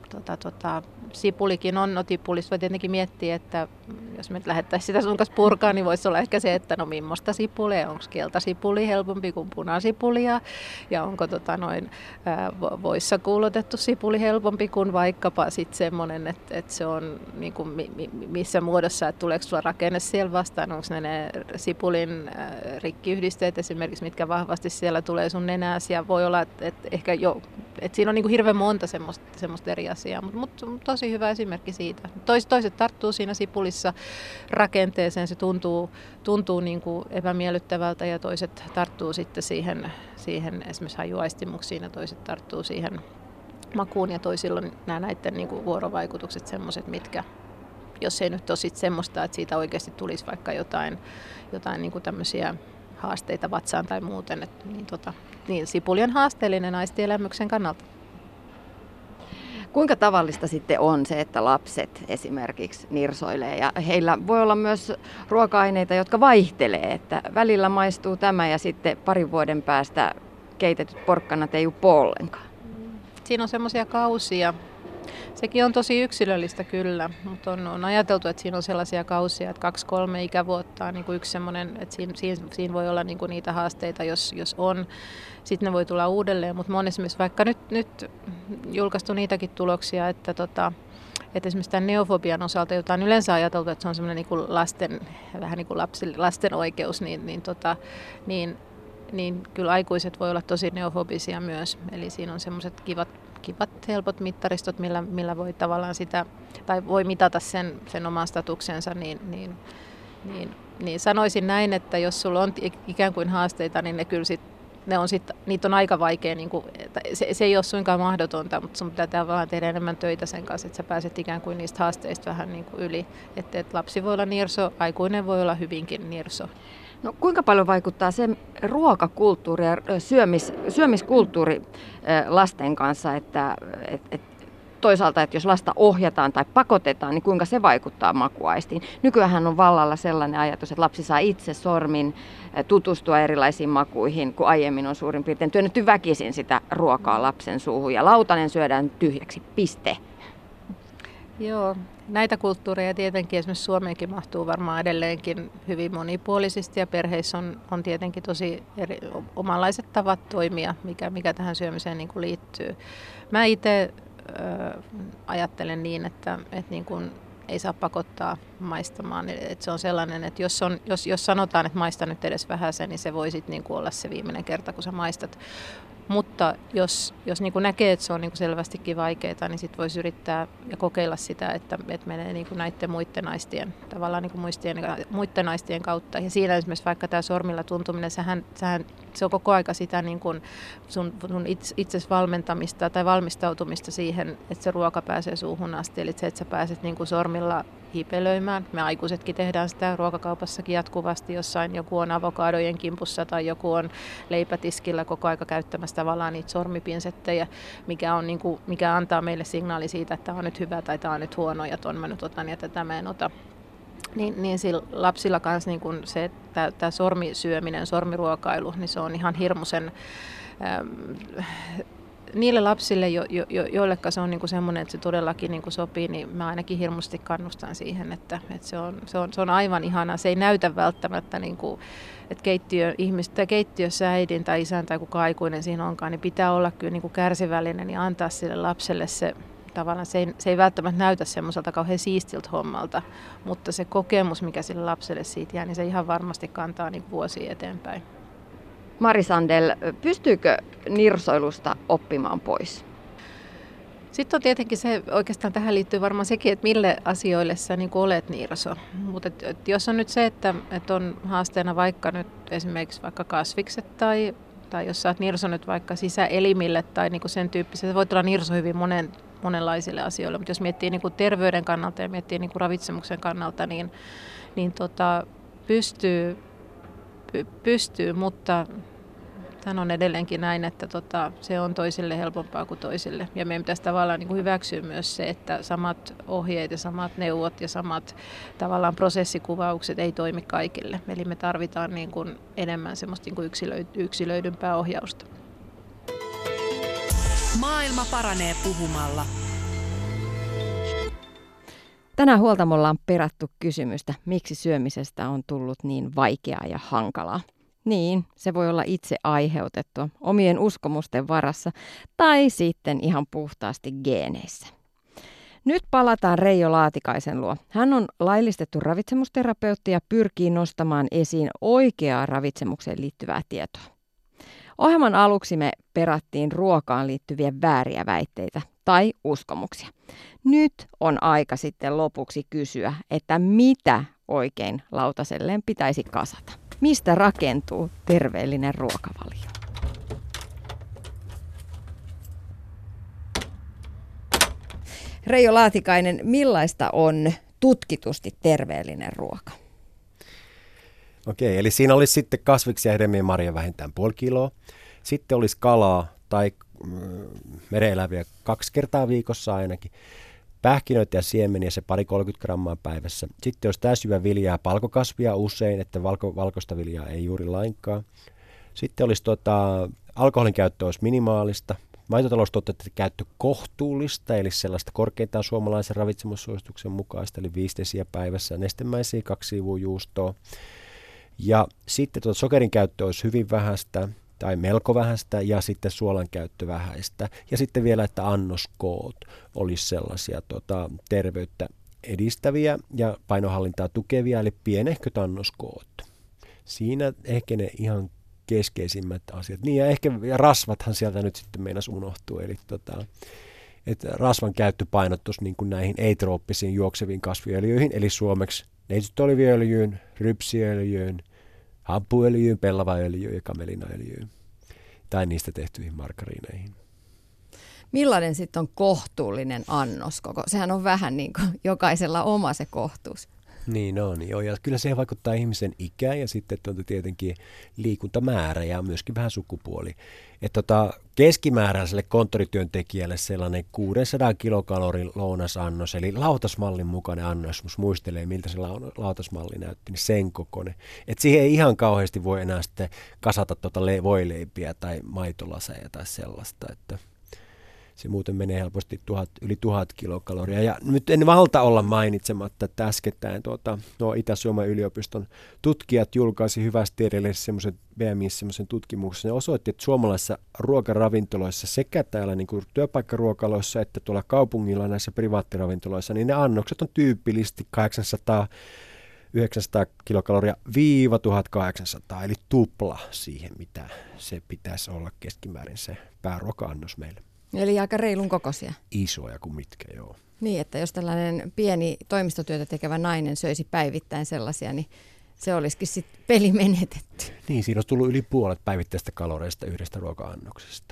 Tota, tota, sipulikin on, no tipulista voi tietenkin miettiä, että jos me lähdettäisiin sitä sun kanssa purkaan, niin voisi olla ehkä se, että no millaista sipulia, onko keltasipuli helpompi kuin punasipulia, ja onko tota, noin ää, voissa kuulotettu sipuli helpompi kuin vaikkapa sitten semmoinen, että, että se on niin kuin, mi, mi, missä muodossa, että tuleeko sulla rakenne siellä vastaan, onko ne, ne sipulin ää, rikkiyhdisteet esimerkiksi, mitkä vahvasti siellä tulee sun nenääsi, ja voi olla, että, että ehkä jo, että siinä on niin kuin hirveän monta semmoista, semmoista eri asiaa, mutta mut, tosi hyvä esimerkki siitä. Tois, toiset tarttuu siinä sipulissa rakenteeseen, se tuntuu, tuntuu niin kuin epämiellyttävältä, ja toiset tarttuu sitten siihen, siihen esimerkiksi hajuaistimuksiin, ja toiset tarttuu siihen makuun, ja toisilla on nämä näiden niin kuin vuorovaikutukset semmoiset, mitkä, jos ei nyt ole sitten semmoista, että siitä oikeasti tulisi vaikka jotain, jotain niin kuin tämmöisiä haasteita vatsaan tai muuten, että, niin, tota, niin sipuli on haasteellinen aistielämyksen kannalta. Kuinka tavallista sitten on se, että lapset esimerkiksi nirsoilee, ja heillä voi olla myös ruoka-aineita, jotka vaihtelee, että välillä maistuu tämä ja sitten parin vuoden päästä keitetyt porkkanat ei uppo ollenkaan. Siinä on semmoisia kausia. Sekin on tosi yksilöllistä kyllä, mutta on, on ajateltu, että siinä on sellaisia kausia, että kaksi kolme ikävuotta on niin kuin yksi semmoinen, että siinä, siinä, siinä voi olla niin kuin niitä haasteita, jos, jos on. Sitten ne voi tulla uudelleen, mutta monessa myös vaikka nyt, nyt julkaistu niitäkin tuloksia, että, tota, että esimerkiksi tämän neofobian osalta, jota on yleensä ajateltu, että se on semmoinen niin kuin lasten, vähän niin kuin lapsi, lasten oikeus, niin, niin, tota, niin, niin kyllä aikuiset voi olla tosi neofobisia myös. Eli siinä on semmoiset kivat, kivat helpot mittaristot, millä, millä voi tavallaan sitä, tai voi mitata sen, sen oman statuksensa, niin, niin, niin, niin sanoisin näin, että jos sulla on ikään kuin haasteita, niin ne kyllä sit, ne on sit, niitä on aika vaikea, niin kuin, se, se ei ole suinkaan mahdotonta, mutta sun pitää tavallaan tehdä enemmän töitä sen kanssa, että sä pääset ikään kuin niistä haasteista vähän niin kuin yli. Että et lapsi voi olla nirso, aikuinen voi olla hyvinkin nirso. No, kuinka paljon vaikuttaa se ruokakulttuuri ja syömis, syömiskulttuuri lasten kanssa, että et, et toisaalta, että jos lasta ohjataan tai pakotetaan, niin kuinka se vaikuttaa makuaistiin? Nykyään on vallalla sellainen ajatus, että lapsi saa itse sormin tutustua erilaisiin makuihin, kun aiemmin on suurin piirtein työnnetty väkisin sitä ruokaa lapsen suuhun, ja lautanen syödään tyhjäksi, piste. Joo, näitä kulttuureja tietenkin esimerkiksi Suomeenkin mahtuu varmaan edelleenkin hyvin monipuolisesti, ja perheissä on, on tietenkin tosi eri, omanlaiset tavat toimia, mikä, mikä tähän syömiseen niin kuin liittyy. Mä itse äh, ajattelen niin, että, että niin kuin ei saa pakottaa maistamaan. Että se on sellainen, että jos, on, jos, jos sanotaan, että maista nyt edes vähäsen, niin se voi sitten niin kuin olla se viimeinen kerta, kun sä maistat. Mutta jos, jos niin kuin näkee, että se on niin kuin selvästikin vaikeaa, niin sitten voisi yrittää ja kokeilla sitä, että, että menee niin kuin näiden muiden naistien, tavallaan niin kuin muistien, muiden naistien kautta. Ja siinä esimerkiksi vaikka tämä sormilla tuntuminen, sehän, sehän, se on koko aika sitä niin kuin sun, sun itses valmentamista tai valmistautumista siihen, että se ruoka pääsee suuhun asti. Eli se, että sä pääset niin kuin sormilla hipelöimään. Me aikuisetkin tehdään sitä ruokakaupassakin jatkuvasti, jossain joku on avokadojen kimpussa tai joku on leipätiskillä koko aika käyttämässä tavallaan niitä sormipinsettejä, mikä, on niin kuin, mikä antaa meille signaali siitä, että tämä on nyt hyvä tai tämä on nyt huono ja ton mä nyt otan ja tätä mä en ota. Niin, niin sillä lapsilla kanssa niin kuin se, että tämä sormisyöminen, sormiruokailu, niin se on ihan hirmuisen ähm, niille lapsille, jo, jo, jo, joillekka se on niinku semmoinen, että se todellakin niinku sopii, niin mä ainakin hirmuisesti kannustan siihen, että, että se, on, se, on, se on aivan ihanaa. Se ei näytä välttämättä, niinku, että keittiö, ihmistä, keittiössä äidin tai isän tai kuka aikuinen siinä onkaan, niin pitää olla kyllä niinku kärsivällinen ja antaa sille lapselle se, tavallaan se ei, se ei välttämättä näytä semmoiselta kauhean siistiltä hommalta, mutta se kokemus, mikä sille lapselle siitä jää, niin se ihan varmasti kantaa niinku vuosia eteenpäin. Mari Sandell, pystyykö nirsoilusta oppimaan pois? Sitten on tietenkin se, oikeastaan tähän liittyy varmaan sekin, että mille asioille sä niin kuin olet nirso. Mutta jos on nyt se, että, että on haasteena vaikka nyt esimerkiksi vaikka kasvikset tai, tai jos sä oot nirso nyt vaikka sisäelimille tai niin kuin sen tyyppiset, voit olla nirso hyvin monen, monenlaisille asioille. Mutta jos miettii niin kuin terveyden kannalta ja miettii niin kuin ravitsemuksen kannalta, niin, niin tota, pystyy, py, pystyy, mutta sanon edelleenkin näin, että tota, se on toisille helpompaa kuin toisille. Ja meidän pitäisi tavallaan niin kuin hyväksyä myös se, että samat ohjeet ja samat neuvot ja samat tavallaan prosessikuvaukset ei toimi kaikille. Eli me tarvitaan niin kuin enemmän semmoista niin kuin yksilöidympää ohjausta. Maailma paranee puhumalla. Tänään huoltamolla on perattu kysymystä, miksi syömisestä on tullut niin vaikeaa ja hankalaa. Niin, se voi olla itse aiheutettua, omien uskomusten varassa tai sitten ihan puhtaasti geeneissä. Nyt palataan Reijo Laatikaisen luo. Hän on laillistettu ravitsemusterapeutti ja pyrkii nostamaan esiin oikeaa ravitsemukseen liittyvää tietoa. Ohjelman aluksi me perattiin ruokaan liittyviä vääriä väitteitä tai uskomuksia. Nyt on aika sitten lopuksi kysyä, että mitä oikein lautaselleen pitäisi kasata. Mistä rakentuu terveellinen ruokavalio? Reijo Laatikainen, millaista on tutkitusti terveellinen ruoka? Okei, eli siinä olisi sitten kasviksia, hedelmiä ja marja vähintään puoli kiloa. Sitten olisi kalaa tai mereeläviä kaksi kertaa viikossa ainakin. Pähkinöitä ja siemeniä se pari kolmekymmentä grammaa päivässä. Sitten olisi täysyvä viljaa, palkokasvia usein, että valko, valkoista viljaa ei juuri lainkaan. Sitten olisi tota, alkoholin käyttö olisi minimaalista. Maitotaloustuotteiden käyttö kohtuullista, eli sellaista korkeintaan suomalaisen ravitsemussuosituksen mukaista, eli viisi desiä päivässä, nestemäisiä, kaksi sivua juustoa. Ja sitten tuota sokerin käyttö olisi hyvin vähäistä tai melko vähäistä ja sitten suolan käyttö vähäistä. Ja sitten vielä, että annoskoot olisi sellaisia tota, terveyttä edistäviä ja painohallintaa tukevia, eli pienehköt annoskoot. Siinä ehkä ne ihan keskeisimmät asiat. Niin ja ehkä ja rasvathan sieltä nyt sitten meinas unohtuu, eli tota, että rasvan käyttö painottuisi niin kuin näihin ei-trooppisiin juokseviin kasviöljyihin, eli suomeksi neitsytoliviöljyyn, rypsiöljyyn, hampuöljyyn, pellavaöljyyn ja kamelinaöljyyn tai niistä tehtyihin margariineihin. Millainen sitten on kohtuullinen annoskoko? Sehän on vähän niin kuin jokaisella oma se kohtuus. Niin on, joo. Ja kyllä se vaikuttaa ihmisen ikään ja sitten on tietenkin liikuntamäärä ja myöskin vähän sukupuoli. Että tota, keskimääräiselle konttorityöntekijälle sellainen kuusisataa kilokalorin lounasannos, eli lautasmallin mukainen annos, jos muistelee miltä se lautasmalli näytti, niin sen kokoinen. Että siihen ei ihan kauheasti voi enää sitten kasata tota voileipiä tai maitolaseja tai sellaista, että se muuten menee helposti tuhat, yli tuhat kilokaloria. Ja nyt en valta olla mainitsematta, että äskettäin tuota, no Itä-Suomen yliopiston tutkijat julkaisi hyvästi edelleen semmoisen B M I semmoisen tutkimuksen. Ne osoitti, että suomalaisissa ruokaravintoloissa sekä täällä niin kuin työpaikkaruokaloissa että tuolla kaupungilla näissä privaattiravintoloissa, niin ne annokset on tyypillisesti kahdeksansataa yhdeksänsataa kilokaloria viiva tuhatkahdeksansataa, eli tupla siihen, mitä se pitäisi olla keskimäärin se pääruoka-annos meille. Eli aika reilun kokoisia. Isoja kuin mitkä, joo. Niin, että jos tällainen pieni toimistotyötä tekevä nainen söisi päivittäin sellaisia, niin se olisikin sitten peli menetetty. Niin, siinä olisi tullut yli puolet päivittäistä kaloreista yhdestä ruoka-annoksesta.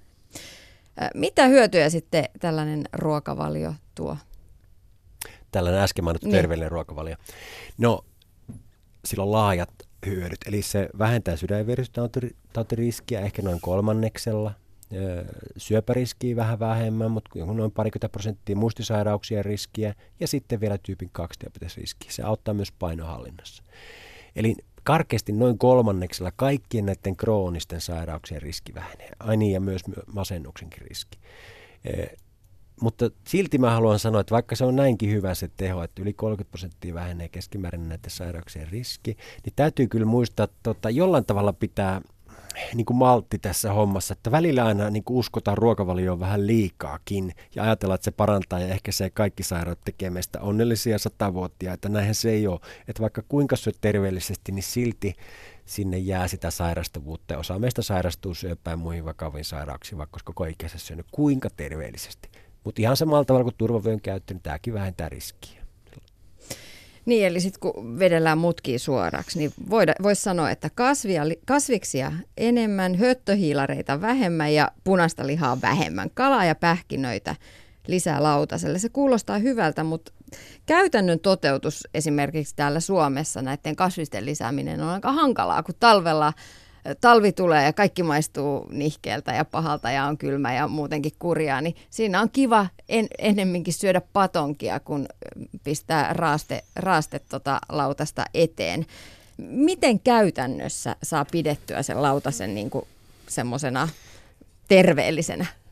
Mitä hyötyjä sitten tällainen ruokavalio tuo? Tällainen äsken mainittu niin. Terveellinen ruokavalio. No, sillä on laajat hyödyt, eli se vähentää sydän- ja verisuonitautiriskiä ehkä noin kolmanneksella. Syöpäriskiä vähän vähemmän, mutta noin parikymmentä prosenttia muistisairauksien riskiä ja sitten vielä tyypin kaksi diabetesriskiä. Se auttaa myös painohallinnassa. Eli karkeasti noin kolmanneksella kaikkien näiden kroonisten sairauksien riski vähenee. Ai niin, ja myös masennuksenkin riski. E, mutta silti mä haluan sanoa, että vaikka se on näinkin hyvä se teho, että yli kolmekymmentä prosenttia vähenee keskimäärin näiden sairauksien riski, niin täytyy kyllä muistaa, että tota, jollain tavalla pitää niin kuin maltti tässä hommassa, että välillä aina niin kuin uskotaan ruokavalioon vähän liikaakin ja ajatellaan, että se parantaa ja ehkä se kaikki sairaudet tekee meistä onnellisia satavuotiaita. Näinhän se ei ole. Että vaikka kuinka syöt terveellisesti, niin silti sinne jää sitä sairastavuutta ja osa meistä sairastuu syöpään ja muihin vakaviin sairauksiin, vaikka olisi koko ikänsä syönyt kuinka terveellisesti. Mutta ihan samalla tavalla kuin turvavyön käyttö, niin tämäkin vähentää riskiä. Niin, eli sitten kun vedellään mutkia suoraksi, niin voisi sanoa, että kasvia, kasviksia enemmän, höttöhiilareita vähemmän ja punaista lihaa vähemmän, kalaa ja pähkinöitä lisää lautaselle. Se kuulostaa hyvältä, mutta käytännön toteutus esimerkiksi täällä Suomessa näiden kasvisten lisääminen on aika hankalaa, kun talvella talvi tulee ja kaikki maistuu nihkeeltä ja pahalta ja on kylmä ja muutenkin kurjaa, niin siinä on kiva en, ennemminkin syödä patonkia, kun pistää raaste, raaste tota lautasta eteen. Miten käytännössä saa pidettyä sen lautasen niin kuin semmosena terveellisenä?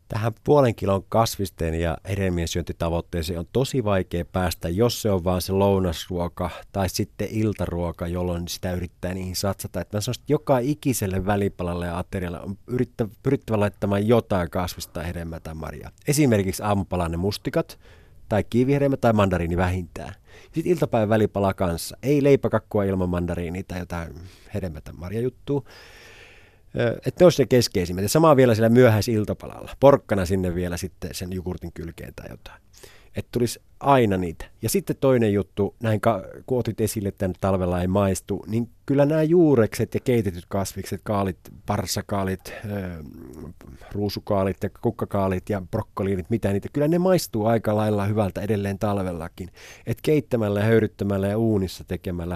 Tähän puolen kilon kasvisten ja hedelmien syöntitavoitteeseen on tosi vaikea päästä, jos se on vaan se lounasruoka tai sitten iltaruoka, jolloin sitä yrittää niihin satsata. Että mä sanoisin, että joka ikiselle välipalalle ja aterialle on pyrittävä, pyrittävä laittamaan jotain kasvista, hedelmää tai marjaa. Esimerkiksi aamupalan ne mustikat tai kiivihedelmä tai mandariini vähintään. Sitten iltapäivän välipala kanssa. Ei leipäkakkua ilman mandariinia tai jotain hedelmää tai marjajuttua. Että ne olisi ne keskeisimmät. Ja samaa vielä siellä myöhäisiltapalalla. Porkkana sinne vielä sitten sen jogurtin kylkeen tai jotain. Että tulisi aina niitä. Ja sitten toinen juttu, näin kun otit esille, että tänne talvella ei maistu, niin kyllä nämä juurekset ja keitetyt kasvikset, kaalit, parsakaalit, ruusukaalit ja kukkakaalit ja brokkoliinit, mitä niitä, kyllä ne maistuu aika lailla hyvältä edelleen talvellakin. Että keittämällä, höyryttämällä ja uunissa tekemällä,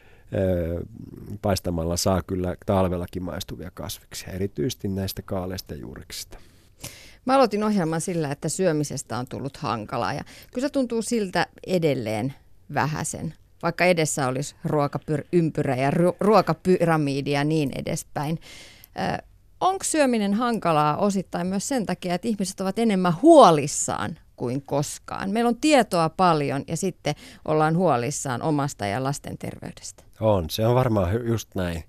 paistamalla saa kyllä talvellakin maistuvia kasviksia, erityisesti näistä kaaleista ja juureksista. Mä aloitin ohjelman sillä, että syömisestä on tullut hankalaa ja kyllä se tuntuu siltä edelleen vähäsen, vaikka edessä olisi ruokaympyrä ja ru- ruokapyramiidi ja niin edespäin. Ö, onko syöminen hankalaa osittain myös sen takia, että ihmiset ovat enemmän huolissaan kuin koskaan? Meillä on tietoa paljon ja sitten ollaan huolissaan omasta ja lasten terveydestä. On, se on varmaan just näin.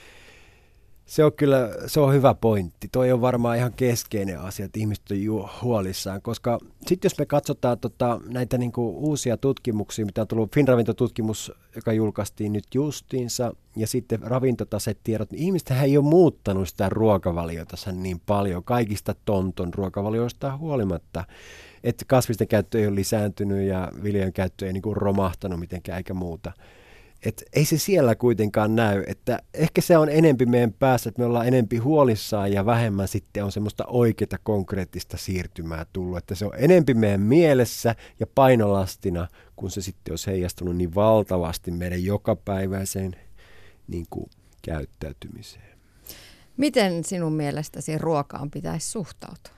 Se on kyllä, se on hyvä pointti. Toi on varmaan ihan keskeinen asia, että ihmiset on ju- huolissaan, koska sitten jos me katsotaan tota, näitä niinku uusia tutkimuksia, mitä on tullut, Finravintotutkimus, joka julkaistiin nyt justiinsa, ja sitten ravintotasetiedot, niin ihmistähän ei ole muuttanut sitä ruokavaliota niin paljon, kaikista tonton ruokavalioista huolimatta, että kasvisten käyttö ei ole lisääntynyt ja viljan käyttö ei niinku romahtanut mitenkään eikä muuta. Et ei se siellä kuitenkaan näy, että ehkä se on enempi meidän päässä, että me ollaan enempi huolissaan ja vähemmän sitten on semmoista oikeaa konkreettista siirtymää tullut, että se on enempi meidän mielessä ja painolastina, kun se sitten olisi heijastunut niin valtavasti meidän jokapäiväiseen niin kuin, käyttäytymiseen. Miten sinun mielestäsi ruokaan pitäisi suhtautua?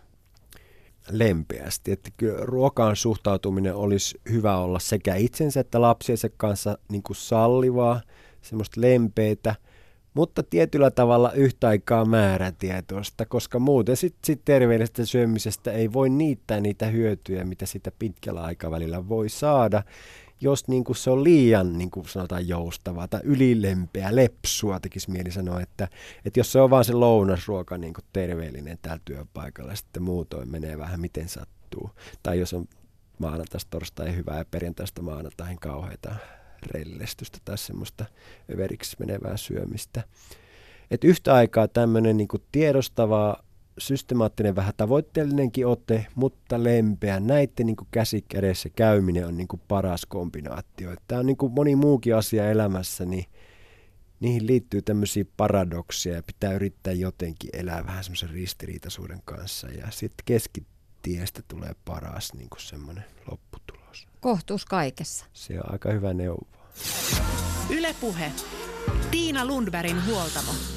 Lempeästi, että kyllä ruokaan suhtautuminen olisi hyvä olla sekä itsensä että lapsiensa kanssa niin kuin sallivaa, semmoista lempeitä, mutta tietyllä tavalla yhtä aikaa määrätietoista, koska muuten sitten sit terveellisestä syömisestä ei voi niittää niitä hyötyjä, mitä sitä pitkällä aikavälillä voi saada, jos niin kuin se on liian, niin kuin sanotaan, joustavaa tai ylilempeä, lepsua tekisi mieli sanoa, että, että jos se on vaan se lounasruoka niin kuin terveellinen täällä työpaikalla, sitten muutoin menee vähän miten sattuu. Tai jos on maanantaista torstai hyvää ja perjantaista maanantaihin kauheita rellestystä tai semmoista överiksi menevää syömistä. Että yhtä aikaa tämmöinen niin kuin tiedostavaa, systemaattinen, vähän tavoitteellinenkin ote, mutta lempeä. Näiden niin kuin käsi kädessä käyminen on niin kuin paras kombinaatio. Tämä on niin kuin moni muukin asia elämässä, niin niihin liittyy tämmöisiä paradoksia ja pitää yrittää jotenkin elää vähän semmoisen ristiriitaisuuden kanssa. Ja sitten keskitiestä tulee paras niin kuin semmoinen lopputulos. Kohtuus kaikessa. Se on aika hyvä neuvo. Yle Puhe. Tiina Lundbergin huoltamo.